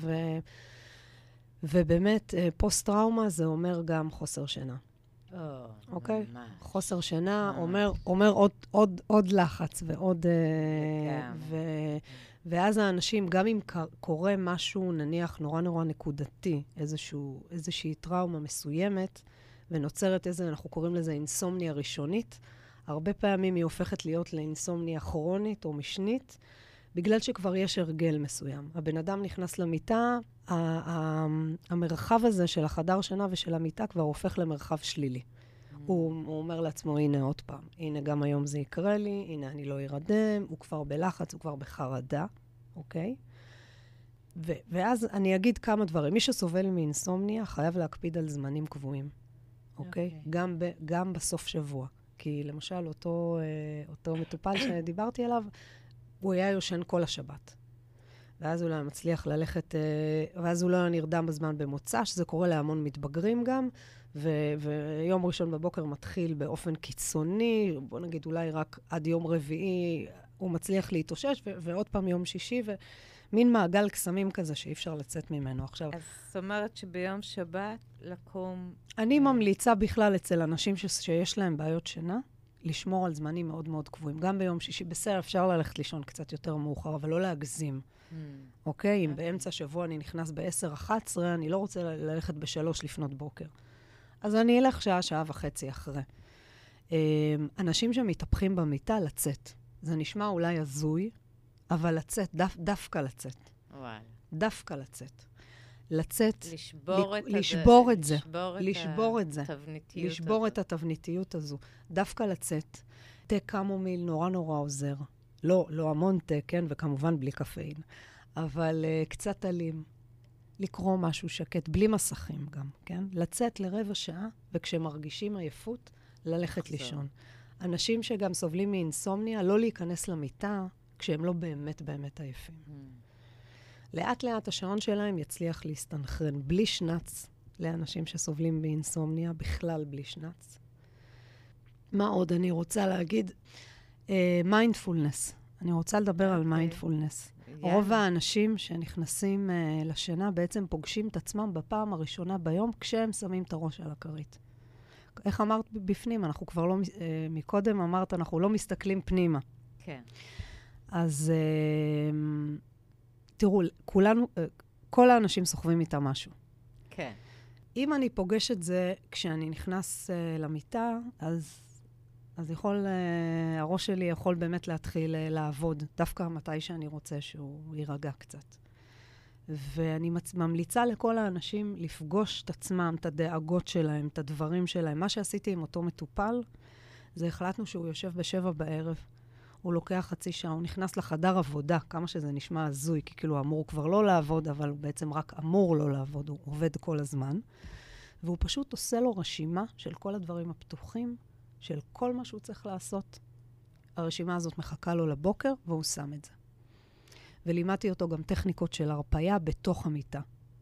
[SPEAKER 2] ובאמת פוסט-טראומה זה אומר גם חוסר שינה. אוקיי? חוסר שינה אומר עוד לחץ ועוד... ואז האנשים, גם אם קורה משהו, נניח, נורא נורא נקודתי, איזושהי טראומה מסוימת, ונוצרת אנחנו קוראים לזה אינסומניה ראשונית, הרבה פעמים היא הופכת להיות לאינסומניה כרונית או משנית, בגלל שכבר יש הרגל מסוים. הבן אדם נכנס למיטה, המרחב הזה של החדר שינה ושל המיטה כבר הופך למרחב שלילי. הוא אומר לעצמו, הנה עוד פעם, הנה גם היום זה יקרה לי, הנה אני לא ירדם, הוא כבר בלחץ, הוא כבר בחרדה, אוקיי? ואז אני אגיד כמה דברים. מי שסובל מאינסומניה חייב להקפיד על זמנים קבועים, אוקיי? גם בסוף שבוע. כי למשל, אותו מטופל שדיברתי עליו, הוא היה יושן כל השבת. ואז הוא לא היה מצליח ללכת, ואז הוא לא היה נרדם בזמן במוצא, שזה קורה להמון מתבגרים גם, ויום ראשון בבוקר מתחיל באופן קיצוני, בוא נגיד אולי רק עד יום רביעי הוא מצליח להתאושש, ועוד פעם יום שישי, ומין מעגל קסמים כזה שאי אפשר לצאת ממנו עכשיו.
[SPEAKER 1] אז זאת אומרת שביום שבת לקום...
[SPEAKER 2] אני ממליצה בכלל אצל אנשים שיש להם בעיות שינה, לשמור על זמנים מאוד מאוד קבועים. גם ביום שישי, בסדר, אפשר ללכת לישון קצת יותר מאוחר, אבל לא להגזים. אוקיי? אם באמצע שבוע אני נכנס ב-10-11, אני לא רוצה ללכת ב-3 לפנות בוקר. אז אני אלך שעה וחצי אחרי. אנשים שמתהפכים במיטה, לצאת. זה נשמע אולי הזוי, אבל לצאת, דווקא לצאת.
[SPEAKER 1] וואלה.
[SPEAKER 2] דווקא לצאת. לצאת,
[SPEAKER 1] לשבור
[SPEAKER 2] את זה. לשבור את זה. לשבור את התבניתיות הזו. דווקא לצאת. תה קמומיל נורא נורא עוזר. לא המון תה, כן? וכמובן בלי קפאין. אבל קצת אלים. לקרוא משהו שקט, בלי מסכים גם, כן? לצאת לרבע שעה, וכשמרגישים עייפות, ללכת לישון. אנשים שגם סובלים מאינסומניה, לא להיכנס למיטה, כשהם לא באמת באמת עייפים. לאט לאט השעון שלהם יצליח להסתנכרן, בלי שנץ, לאנשים שסובלים באינסומניה, בכלל בלי שנץ. מה עוד אני רוצה להגיד? מיינדפולנס. אני רוצה לדבר על מיינדפולנס. רוב האנשים שנכנסים לשינה בעצם פוגשים את עצמם בפעם הראשונה ביום, כשהם שמים את הראש על הכרית. איך אמרת בפנים? אנחנו כבר לא, מקודם אמרת, אנחנו לא מסתכלים פנימה.
[SPEAKER 1] כן.
[SPEAKER 2] אז תראו, כל האנשים סוחבים איתם משהו.
[SPEAKER 1] כן.
[SPEAKER 2] אם אני פוגש את זה כשאני נכנס למיטה, אז הראש שלי יכול באמת להתחיל לעבוד, דווקא מתי שאני רוצה שהוא יירגע קצת. ואני ממליצה לכל האנשים לפגוש את עצמם, את הדאגות שלהם, את הדברים שלהם. מה שעשיתי עם אותו מטופל, זה החלטנו שהוא יושב ב7 בערב. הוא לוקח חצי שעה, הוא נכנס לחדר עבודה, כמה שזה נשמע הזוי, כי כאילו אמור כבר לא לעבוד, אבל הוא בעצם רק אמור לא לעבוד, הוא עובד כל הזמן. והוא פשוט עושה לו רשימה של כל הדברים הפתוחים, של כל מה שהוא צריך לעשות. הרשימה הזאת מחכה לו לבוקר, והוא שם את זה. ולימדתי אותו גם טכניקות של הרפאיה בתוך המיטה.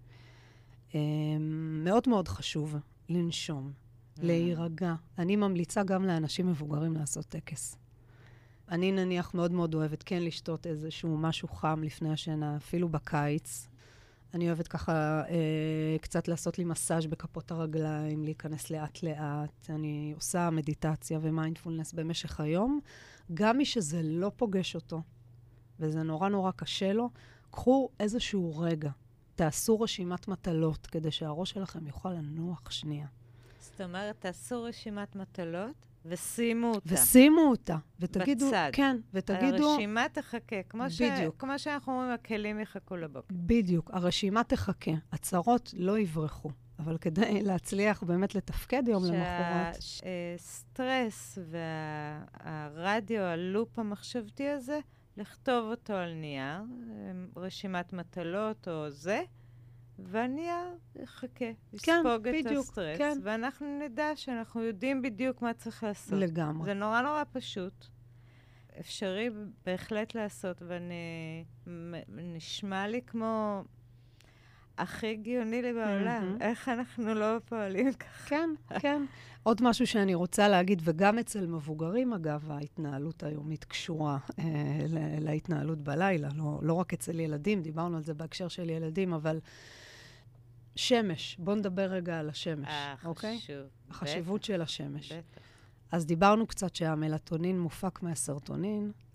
[SPEAKER 2] מאוד מאוד חשוב לנשום, להירגע. אני ממליצה גם לאנשים מבוגרים לעשות טקס. אני נניח מאוד מאוד אוהבת כן לשתות איזשהו משהו חם לפני השינה, אפילו בקיץ. אני אוהבת ככה קצת לעשות לי מסאז' בכפות הרגליים, להיכנס לאט לאט. אני עושה מדיטציה ומיינדפולנס במשך היום. גם מי שזה לא פוגש אותו, וזה נורא נורא קשה לו, קחו איזשהו רגע. תעשו רשימת מטלות, כדי שהראש שלכם יוכל לנוח שנייה.
[SPEAKER 1] זאת אומרת, תעשו רשימת מטלות, ושימו אותה.
[SPEAKER 2] ושימו אותה. ותגידו,
[SPEAKER 1] בצד.
[SPEAKER 2] כן, ותגידו...
[SPEAKER 1] הרשימה תחכה. כמו שאנחנו אומרים, הכלים יחכו לבוקר.
[SPEAKER 2] בדיוק. הרשימה תחכה. הצרות לא יברחו. אבל כדי להצליח באמת לתפקד יום למחרת.
[SPEAKER 1] שהסטרס והרדיו, הלופ המחשבתי הזה, לכתוב אותו על נייר, רשימת מטלות או זה, והנייר יחכה, יספוג את הסטרס, ואנחנו נדע שאנחנו יודעים בדיוק מה צריך לעשות.
[SPEAKER 2] לגמרי.
[SPEAKER 1] זה נורא נורא פשוט. אפשרי בהחלט לעשות, ונשמע לי כמו הכי הגיוני לי בעולם. איך אנחנו לא פועלים ככה?
[SPEAKER 2] כן, כן. עוד משהו שאני רוצה להגיד, וגם אצל מבוגרים, אגב, ההתנהלות היומית קשורה להתנהלות בלילה. לא רק אצל ילדים, דיברנו על זה בהקשר של ילדים, אבל שמש. בואו נדבר רגע על השמש, אוקיי? החשיבות של השמש.
[SPEAKER 1] בטח.
[SPEAKER 2] אז דיברנו קצת שהמלטונין מופק מהסרטונין,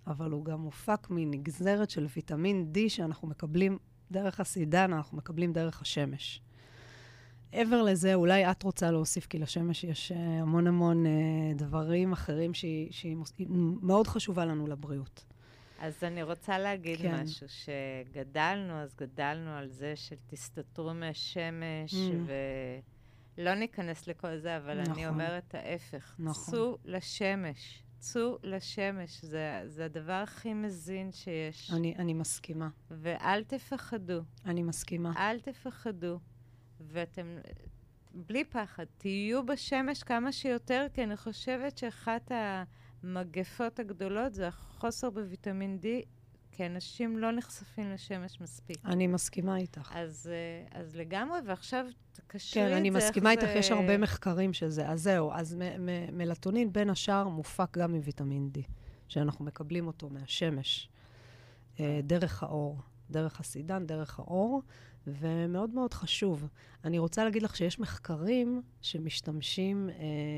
[SPEAKER 2] אבל הוא גם מופק מנגזרת של ויטמין D שאנחנו מקבלים דרך הסידן, אנחנו מקבלים דרך השמש. עבר לזה, אולי את רוצה להוסיף, כי לשמש יש המון המון דברים אחרים שהיא מאוד חשובה לנו לבריאות.
[SPEAKER 1] אז אני רוצה להגיד משהו, שגדלנו, אז גדלנו על זה שתסתתרו מהשמש, ולא ניכנס לכל זה, אבל אני אומרת ההפך. צאו לשמש, צאו לשמש, זה הדבר הכי מזין שיש.
[SPEAKER 2] אני מסכימה.
[SPEAKER 1] ואל תפחדו.
[SPEAKER 2] אני מסכימה.
[SPEAKER 1] אל תפחדו. ואתם, בלי פחד, תהיו בשמש כמה שיותר, כי אני חושבת שאחת המגפות הגדולות זה החוסר בוויטמין D, כי אנשים לא נחשפים לשמש מספיק.
[SPEAKER 2] אני מסכימה איתך.
[SPEAKER 1] אז לגמרי, ועכשיו תקשרי את זה.
[SPEAKER 2] כן, אני מסכימה איתך, יש הרבה מחקרים שזה. אז זהו, אז מלטונין בין השאר מופק גם מוויטמין D, שאנחנו מקבלים אותו מהשמש, דרך האור, דרך הסידן, דרך האור, ומאוד מאוד חשוב. אני רוצה להגיד לך שיש מחקרים שמשתמשים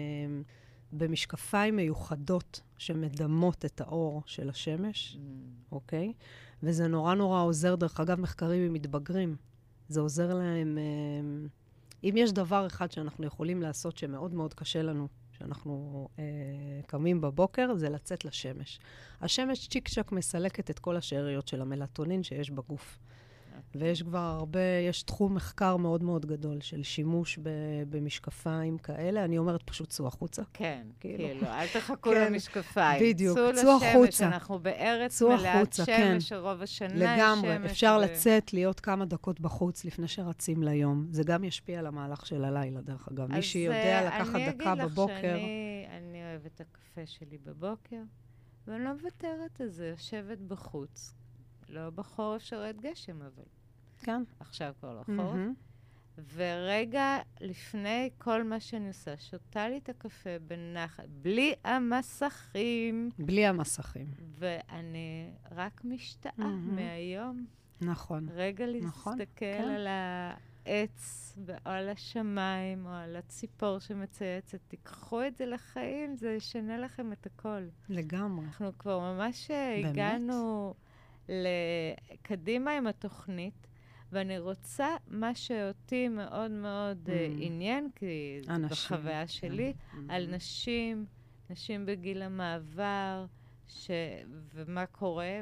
[SPEAKER 2] במשקפיים מיוחדות שמדמות את האור של השמש, אוקיי? וזה נורא נורא עוזר, דרך אגב, מחקרים עם מתבגרים. זה עוזר להם, אם יש דבר אחד שאנחנו יכולים לעשות שמאוד מאוד קשה לנו, שאנחנו קמים בבוקר, זה לצאת לשמש. השמש צ'יק צ'ק מסלקת את כל השאריות של המלטונין שיש בגוף. ויש כבר הרבה, יש תחום מחקר מאוד מאוד גדול של שימוש במשקפיים כאלה. אני אומרת פשוט צאו החוצה.
[SPEAKER 1] כן, כאילו, אל תחכו למשקפיים.
[SPEAKER 2] בדיוק, צאו החוצה.
[SPEAKER 1] אנחנו בארץ מלאת שמש, רוב השנה יש שמש.
[SPEAKER 2] לגמרי, אפשר לצאת, להיות כמה דקות בחוץ לפני שרצים ליום. זה גם ישפיע על המהלך של הלילה, דרך אגב. מי שיודע לקחת דקה בבוקר.
[SPEAKER 1] אני אגיד לך שאני אוהבת את הקפה שלי בבוקר, ואני לא מוותרת על זה, יושבת בחוץ. לא בחורף שרד גשם, אבל...
[SPEAKER 2] כן.
[SPEAKER 1] עכשיו כבר לא חורף. ורגע לפני כל מה שאני עושה, שותה לי את הקפה בנחת, בלי המסכים.
[SPEAKER 2] בלי המסכים.
[SPEAKER 1] ואני רק משתאה מהיום.
[SPEAKER 2] נכון.
[SPEAKER 1] רגע להסתכל על העץ, או על השמיים, או על הציפור שמצייצת. תיקחו את זה לחיים, זה ישנה לכם את הכל.
[SPEAKER 2] לגמרי.
[SPEAKER 1] אנחנו כבר ממש הגענו... קדימה עם התוכנית, ואני רוצה מה שאותי מאוד מאוד עניין, כי זה בחוויה שלי, על נשים בגיל המעבר, ומה קורה,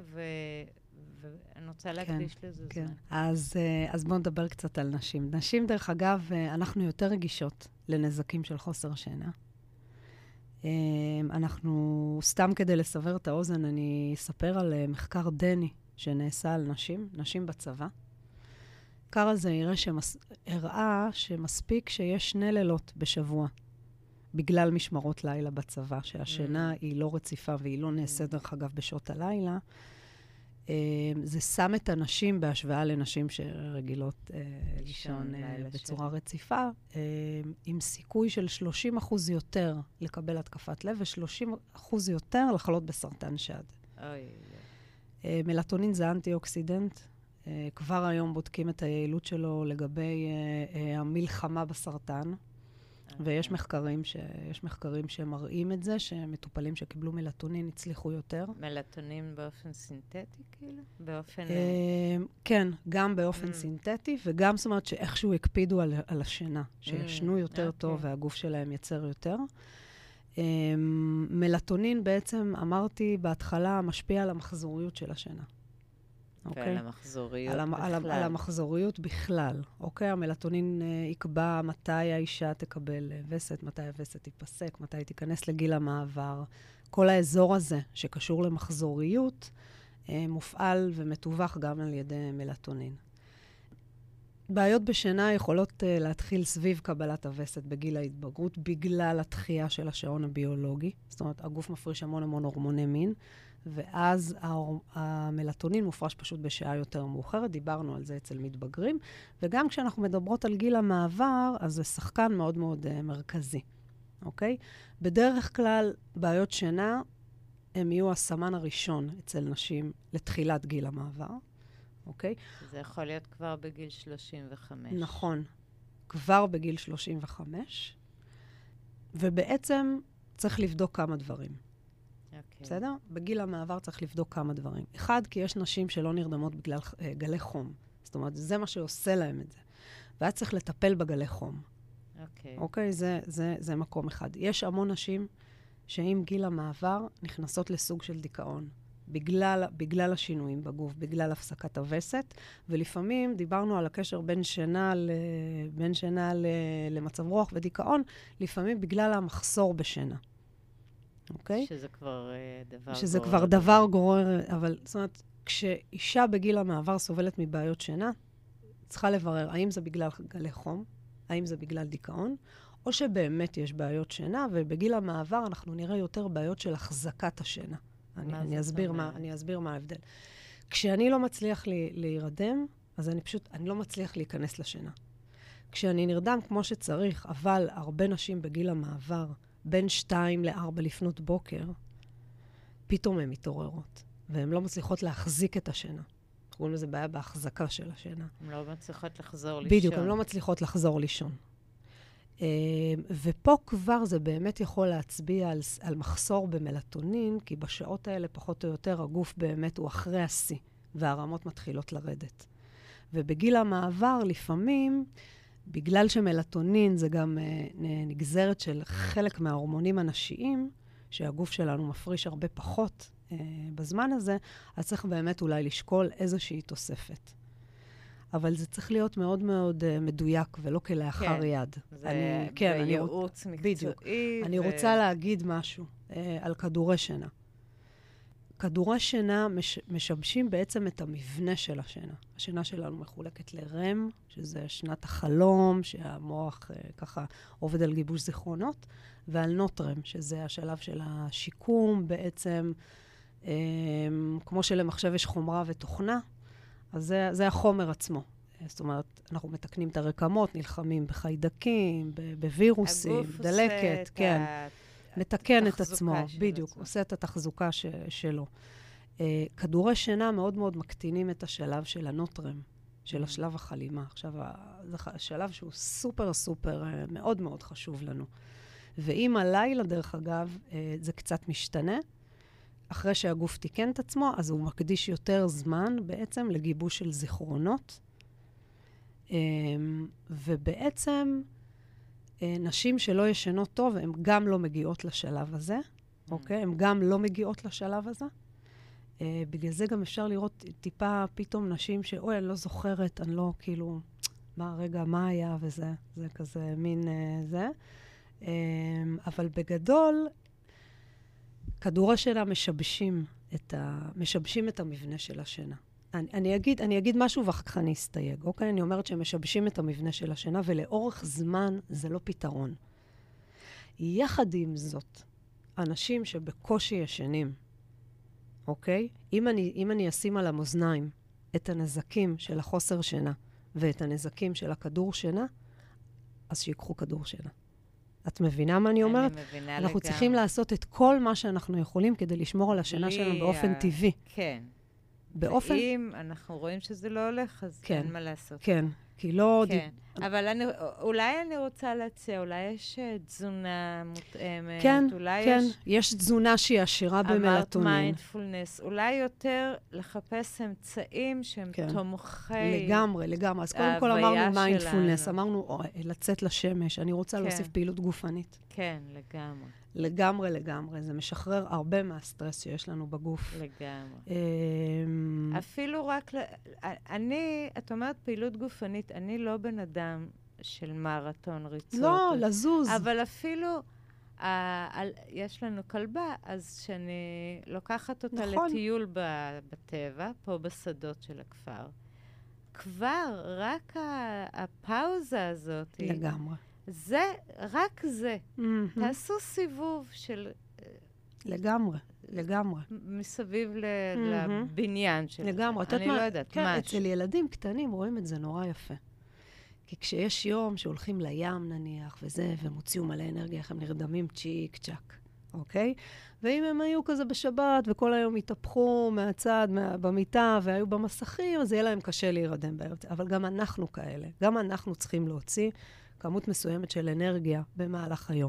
[SPEAKER 1] ואני רוצה להקדיש לזה זמן.
[SPEAKER 2] אז בואו נדבר קצת על נשים. נשים, דרך אגב, אנחנו יותר רגישות לנזקים של חוסר שינה. אנחנו, סתם כדי לסבר את האוזן, אני אספר על מחקר דני שנעשה על נשים בצבא. המחקר הזה הראה שמספיק שיש 2 לילות בשבוע, בגלל משמרות לילה בצבא, שהשינה היא לא רציפה והיא לא נעשית, דרך אגב, בשעות הלילה. זה שם את הנשים בהשוואה לנשים שרגילות לישון בצורה רציפה, עם סיכוי של 30% יותר לקבל התקפת לב, ו30% יותר לחלות בסרטן שד. מלטונין זה אנטי-אוקסידנט. כבר היום בודקים את היעילות שלו לגבי המלחמה בסרטן. ויש מחקרים שמראים את זה, שמטופלים שקיבלו מלטונין הצליחו יותר.
[SPEAKER 1] מלטונין באופן סינתטי, כאילו?
[SPEAKER 2] כן, גם באופן סינתטי, וגם זאת אומרת שאיכשהו הקפידו על השינה, שישנו יותר טוב והגוף שלהם יצר יותר. מלטונין בעצם, אמרתי בהתחלה, משפיע על המחזוריות של השינה.
[SPEAKER 1] ועל המחזוריות בכלל.
[SPEAKER 2] על המחזוריות בכלל. אוקיי? המלטונין יקבע מתי האישה תקבל וסת, מתי הווסת תיפסק, מתי תיכנס לגיל המעבר. כל האזור הזה שקשור למחזוריות מופעל ומתווך גם על ידי מלטונין. בעיות בשינה יכולות להתחיל סביב קבלת הווסת בגיל ההתבגרות, בגלל התחייה של השעון הביולוגי. זאת אומרת, הגוף מפריש המון הורמוני מין, ואז המלטונין מופרש פשוט בשעה יותר מאוחרת, דיברנו על זה אצל מתבגרים, וגם כשאנחנו מדברות על גיל המעבר, אז זה שחקן מאוד מאוד מרכזי, אוקיי? בדרך כלל, בעיות שינה, הם יהיו הסמן הראשון אצל נשים לתחילת גיל המעבר, אוקיי?
[SPEAKER 1] זה יכול להיות כבר בגיל 35.
[SPEAKER 2] נכון, כבר בגיל 35, ובעצם צריך לבדוק כמה דברים. בסדר? בגיל המעבר צריך לבדוק כמה דברים. אחד, כי יש נשים שלא נרדמות בגלל גלי חום. זאת אומרת, זה מה שעושה להם את זה. ואז צריך לטפל בגלי חום. אוקיי? זה מקום אחד. יש המון נשים שעם גיל המעבר נכנסות לסוג של דיכאון. בגלל השינויים בגוף, בגלל הפסקת הווסת, ולפעמים דיברנו על הקשר בין שינה למצב רוח ודיכאון, לפעמים בגלל המחסור בשינה. אוקיי?
[SPEAKER 1] שזה כבר דבר
[SPEAKER 2] גורר, אבל זאת אומרת, כשאישה בגיל המעבר סובלת מבעיות שינה, צריכה לברר האם זה בגלל גלי חום, האם זה בגלל דיכאון, או שבאמת יש בעיות שינה, ובגיל המעבר אנחנו נראה יותר בעיות של החזקת השינה. אני אסביר מה ההבדל. כשאני לא מצליח להירדם, אז אני לא מצליח להיכנס לשינה. כשאני נרדם כמו שצריך, אבל הרבה נשים בגיל המעבר, בין 2 ל-4 לפנות בוקר, פתאום הן מתעוררות, והן לא מצליחות להחזיק את השינה. קוראים לזה בעיה בהחזקה של השינה.
[SPEAKER 1] הן לא מצליחות לחזור לישון.
[SPEAKER 2] בדיוק, הן לא מצליחות לחזור לישון. ופה כבר זה באמת יכול להצביע על מחסור במלטונין, כי בשעות האלה פחות או יותר הגוף באמת הוא אחרי השיא, והרמות מתחילות לרדת. ובגיל המעבר לפעמים, בגלל שמלטונין זה גם נגזרת של חלק מההורמונים הנשיים, שהגוף שלנו מפריש הרבה פחות בזמן הזה, אז צריך באמת אולי לשקול איזושהי תוספת. אבל זה צריך להיות מאוד מאוד מדויק, ולא כלאחר יד.
[SPEAKER 1] זה ייעוץ מקצועי.
[SPEAKER 2] בדיוק. אני רוצה להגיד משהו על כדורי שינה. כדורי שינה משבשים בעצם את המבנה של השינה. השינה שלנו מחולקת לרם, שזה שנת החלום, שהמוח ככה עובד על גיבוש זיכרונות, ועל נוטרם, שזה השלב של השיקום בעצם, כמו שלמחשב יש חומרה ותוכנה, אז זה החומר עצמו. זאת אומרת, אנחנו מתקנים את הרקמות, נלחמים בחיידקים, בווירוסים, דלקת, כן. מתקן את עצמו, בדיוק, עושה את התחזוקה שלו. כדורי שינה מאוד מאוד מקטינים את השלב של הנוטרם, של השלב החלימה. עכשיו, זה שלב שהוא סופר סופר מאוד מאוד חשוב לנו. ואם הלילה, דרך אגב, זה קצת משתנה, אחרי שהגוף תיקן את עצמו, אז הוא מקדיש יותר זמן בעצם לגיבוש של זיכרונות. ובעצם נשים שלא ישנות טוב, הן גם לא מגיעות לשלב הזה, אוקיי? הן גם לא מגיעות לשלב הזה. בגלל זה גם אפשר לראות טיפה פתאום נשים שאוי, אני לא זוכרת, אני לא כאילו, מה היה וזה, זה כזה מין זה. אבל בגדול, כדורי שינה משבשים את המבנה של השינה. אני אגיד משהו ואחר כך אני אסתייג, אוקיי? אני אומרת שהם משבשים את המבנה של השינה, ולאורך זמן זה לא פתרון. יחד עם זאת, אנשים שבקושי ישנים, אוקיי? אם אני אשים על המאזניים את הנזקים של החוסר שינה, ואת הנזקים של הכדור שינה, אז שיקחו כדור שינה. את מבינה מה אני אומרת?
[SPEAKER 1] אני מבינה לגמרי.
[SPEAKER 2] אנחנו צריכים לעשות את כל מה שאנחנו יכולים כדי לשמור על השינה שלנו באופן טבעי.
[SPEAKER 1] כן.
[SPEAKER 2] באופן...
[SPEAKER 1] ואם אנחנו רואים שזה לא הולך, אז
[SPEAKER 2] כן,
[SPEAKER 1] אין מה לעשות.
[SPEAKER 2] כן, כי לא...
[SPEAKER 1] כן, אבל אולי אני רוצה להציע, אולי יש תזונה מותאמת,
[SPEAKER 2] כן,
[SPEAKER 1] אולי
[SPEAKER 2] כן, יש תזונה שהיא עשירה במלטונין.
[SPEAKER 1] אמרת מיינדפולנס, אולי יותר לחפש אמצעים שהם תומכי...
[SPEAKER 2] לגמרי. אז קודם כל אמרנו מיינדפולנס, אמרנו לצאת לשמש, אני רוצה להוסיף פעילות גופנית.
[SPEAKER 1] כן, לגמרי.
[SPEAKER 2] לגמרי. זה משחרר הרבה מהסטרס שיש לנו בגוף.
[SPEAKER 1] לגמרי. אפילו רק... את אומרת פעילות גופנית, אני לא בן אדם של מרתון ריצות.
[SPEAKER 2] לא, לזוז.
[SPEAKER 1] אבל אפילו... יש לנו כלבה, אז שאני לוקחת אותה לטיול בטבע, פה בשדות של הכפר. כבר, רק הפאוזה הזאת...
[SPEAKER 2] לגמרי.
[SPEAKER 1] זה, רק זה. תעשו סיבוב של...
[SPEAKER 2] לגמרי.
[SPEAKER 1] מסביב לבניין שלכם.
[SPEAKER 2] לגמרי.
[SPEAKER 1] אני לא יודעת,
[SPEAKER 2] כן, אצל ילדים קטנים רואים את זה נורא יפה. כי כשיש יום שהולכים לים נניח וזה, והם הוציאו מלא אנרגיה, איך הם נרדמים צ'יק צ'ק, אוקיי? ואם הם היו כזה בשבת וכל היום התהפכו מהצד, במיטה, והיו במסכים, אז יהיה להם קשה להירדם בערב. אבל גם אנחנו כאלה. גם אנחנו צריכים להוציא כמות מסוימת של אנרגיה במהלך היום.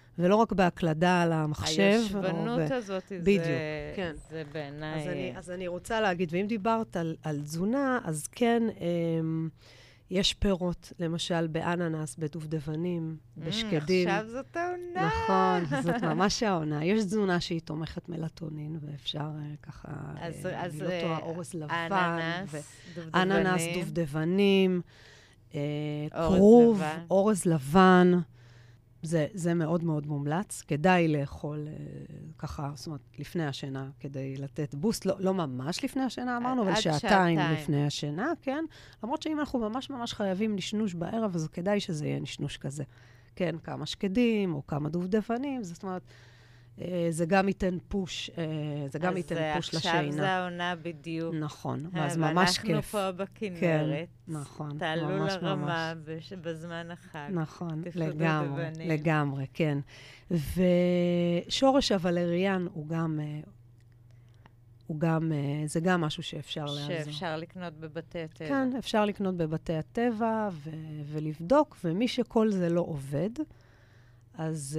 [SPEAKER 2] ולא רק בהקלדה על המחשב.
[SPEAKER 1] הישבנות הזאת,
[SPEAKER 2] בדיוק, כן.
[SPEAKER 1] זה בעיניי...
[SPEAKER 2] אז אני רוצה להגיד, ואם דיברת על תזונה, אז כן, יש פירות, למשל באננס, בדובדבנים, בשקדים.
[SPEAKER 1] עכשיו זאת העונה.
[SPEAKER 2] נכון, זאת ממש העונה. יש תזונה שהיא תומכת מלטונין, ואפשר ככה, אני לא טועה, אורז לבן. אננס, דובדבנים, כרוב, אורז לבן. זה מאוד מאוד מומלץ. כדאי לאכול ככה, זאת אומרת, לפני השינה, כדי לתת בוסט. לא ממש לפני השינה, אמרנו, אבל שעתיים לפני השינה, כן? למרות שאם אנחנו ממש ממש חייבים נשנוש בערב, אז כדאי שזה יהיה נשנוש כזה. כן, כמה שקדים או כמה דובדבנים, זאת אומרת, זה גם ייתן פוש, זה גם ייתן פוש לשינה.
[SPEAKER 1] עכשיו זה העונה בדיוק.
[SPEAKER 2] נכון, אז ממש כיף.
[SPEAKER 1] ואנחנו פה בכנרת.
[SPEAKER 2] כן, נכון.
[SPEAKER 1] תעלו לרמה בזמן החג.
[SPEAKER 2] נכון, לגמרי, כן. ושורש הוולריאן זה גם משהו שאפשר לעזור.
[SPEAKER 1] שאפשר לקנות בבתי הטבע.
[SPEAKER 2] כן, אפשר לקנות בבתי הטבע ולבדוק, ומי שכל זה לא עובד, אז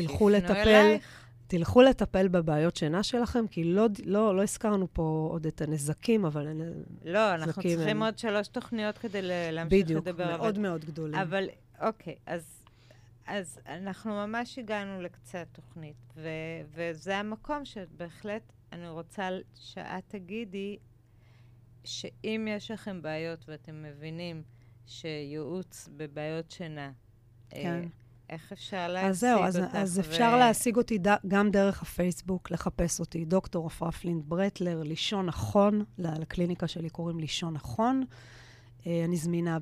[SPEAKER 2] תלכו לטפל בבעיות שינה שלכם, כי לא הזכרנו פה עוד את הנזקים, אבל
[SPEAKER 1] לא, אנחנו צריכים עוד 3 תוכניות כדי להמשיך לדבר.
[SPEAKER 2] בדיוק, מאוד מאוד גדולים.
[SPEAKER 1] אבל, אוקיי, אז אנחנו ממש הגענו לקצה התוכנית, וזה המקום שבהחלט אני רוצה שאת תגידי, שאם יש לכם בעיות ואתם מבינים שייעוץ בבעיות שינה,
[SPEAKER 2] כן.
[SPEAKER 1] איך אפשר להשיג אותך?
[SPEAKER 2] אז אפשר להשיג אותי גם דרך הפייסבוק, לחפש אותי, דוקטור עפרה פלינט ברטלר, לישון נכון, לקליניקה שלי קוראים לישון נכון. אני זמינה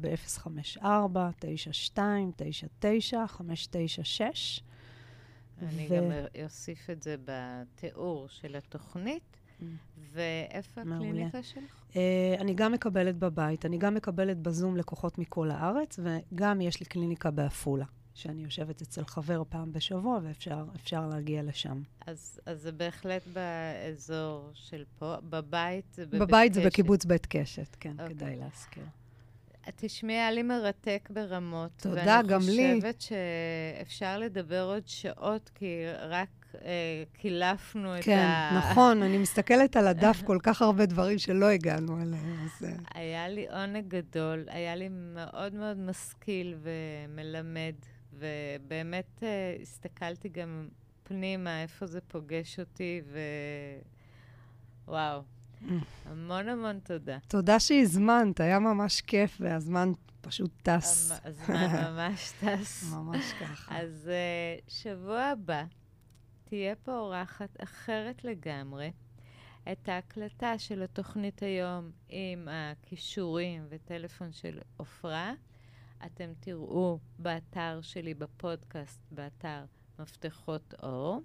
[SPEAKER 2] ב-054-92-99-596.
[SPEAKER 1] אני גם אוסיף את זה בתיאור של התוכנית. ואיפה הקליניקה שלך?
[SPEAKER 2] אני גם מקבלת בבית, אני גם מקבלת בזום לקוחות מכל הארץ, וגם יש לי קליניקה בעפולה. שאני יושבת אצל חבר פעם בשבוע, ואפשר להגיע לשם.
[SPEAKER 1] אז זה בהחלט באזור של פה, בבית זה בבית קשת.
[SPEAKER 2] בבית זה בקיבוץ בית קשת, כן, כדאי להזכיר.
[SPEAKER 1] תשמעי, היה לי מרתק ברמות.
[SPEAKER 2] תודה, גם לי.
[SPEAKER 1] ואני חושבת שאפשר לדבר עוד שעות, כי רק קילפנו את
[SPEAKER 2] כן, נכון, אני מסתכלת על הדף כל כך הרבה דברים שלא הגענו אליהם.
[SPEAKER 1] היה לי עונג גדול, היה לי מאוד מאוד משכיל ומלמד, ובאמת הסתכלתי גם פנימה, איפה זה פוגש אותי, וואו, המון המון תודה.
[SPEAKER 2] תודה שהזמנת, היה ממש כיף, והזמן פשוט טס.
[SPEAKER 1] הזמן ממש טס.
[SPEAKER 2] ממש ככה.
[SPEAKER 1] אז שבוע הבא תהיה פה אורחת אחרת לגמרי. את ההקלטה של התוכנית היום עם הכישורים וטלפון של עפרה, אתם תראו באתר שלי, בפודקאסט, באתר מפתחות אור,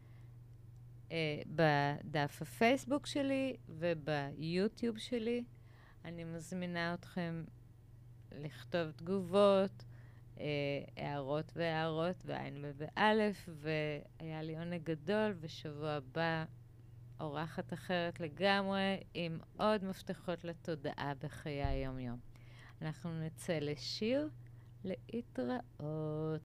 [SPEAKER 1] בדף הפייסבוק שלי וביוטיוב שלי. אני מזמינה אתכם לכתוב תגובות, הערות ועין ובאלף, והיה לי עונג גדול, ושבוע הבא אורחת אחרת לגמרי, עם עוד מפתחות לתודעה בחיי היום-יום. אנחנו נצא לשיר להתראות.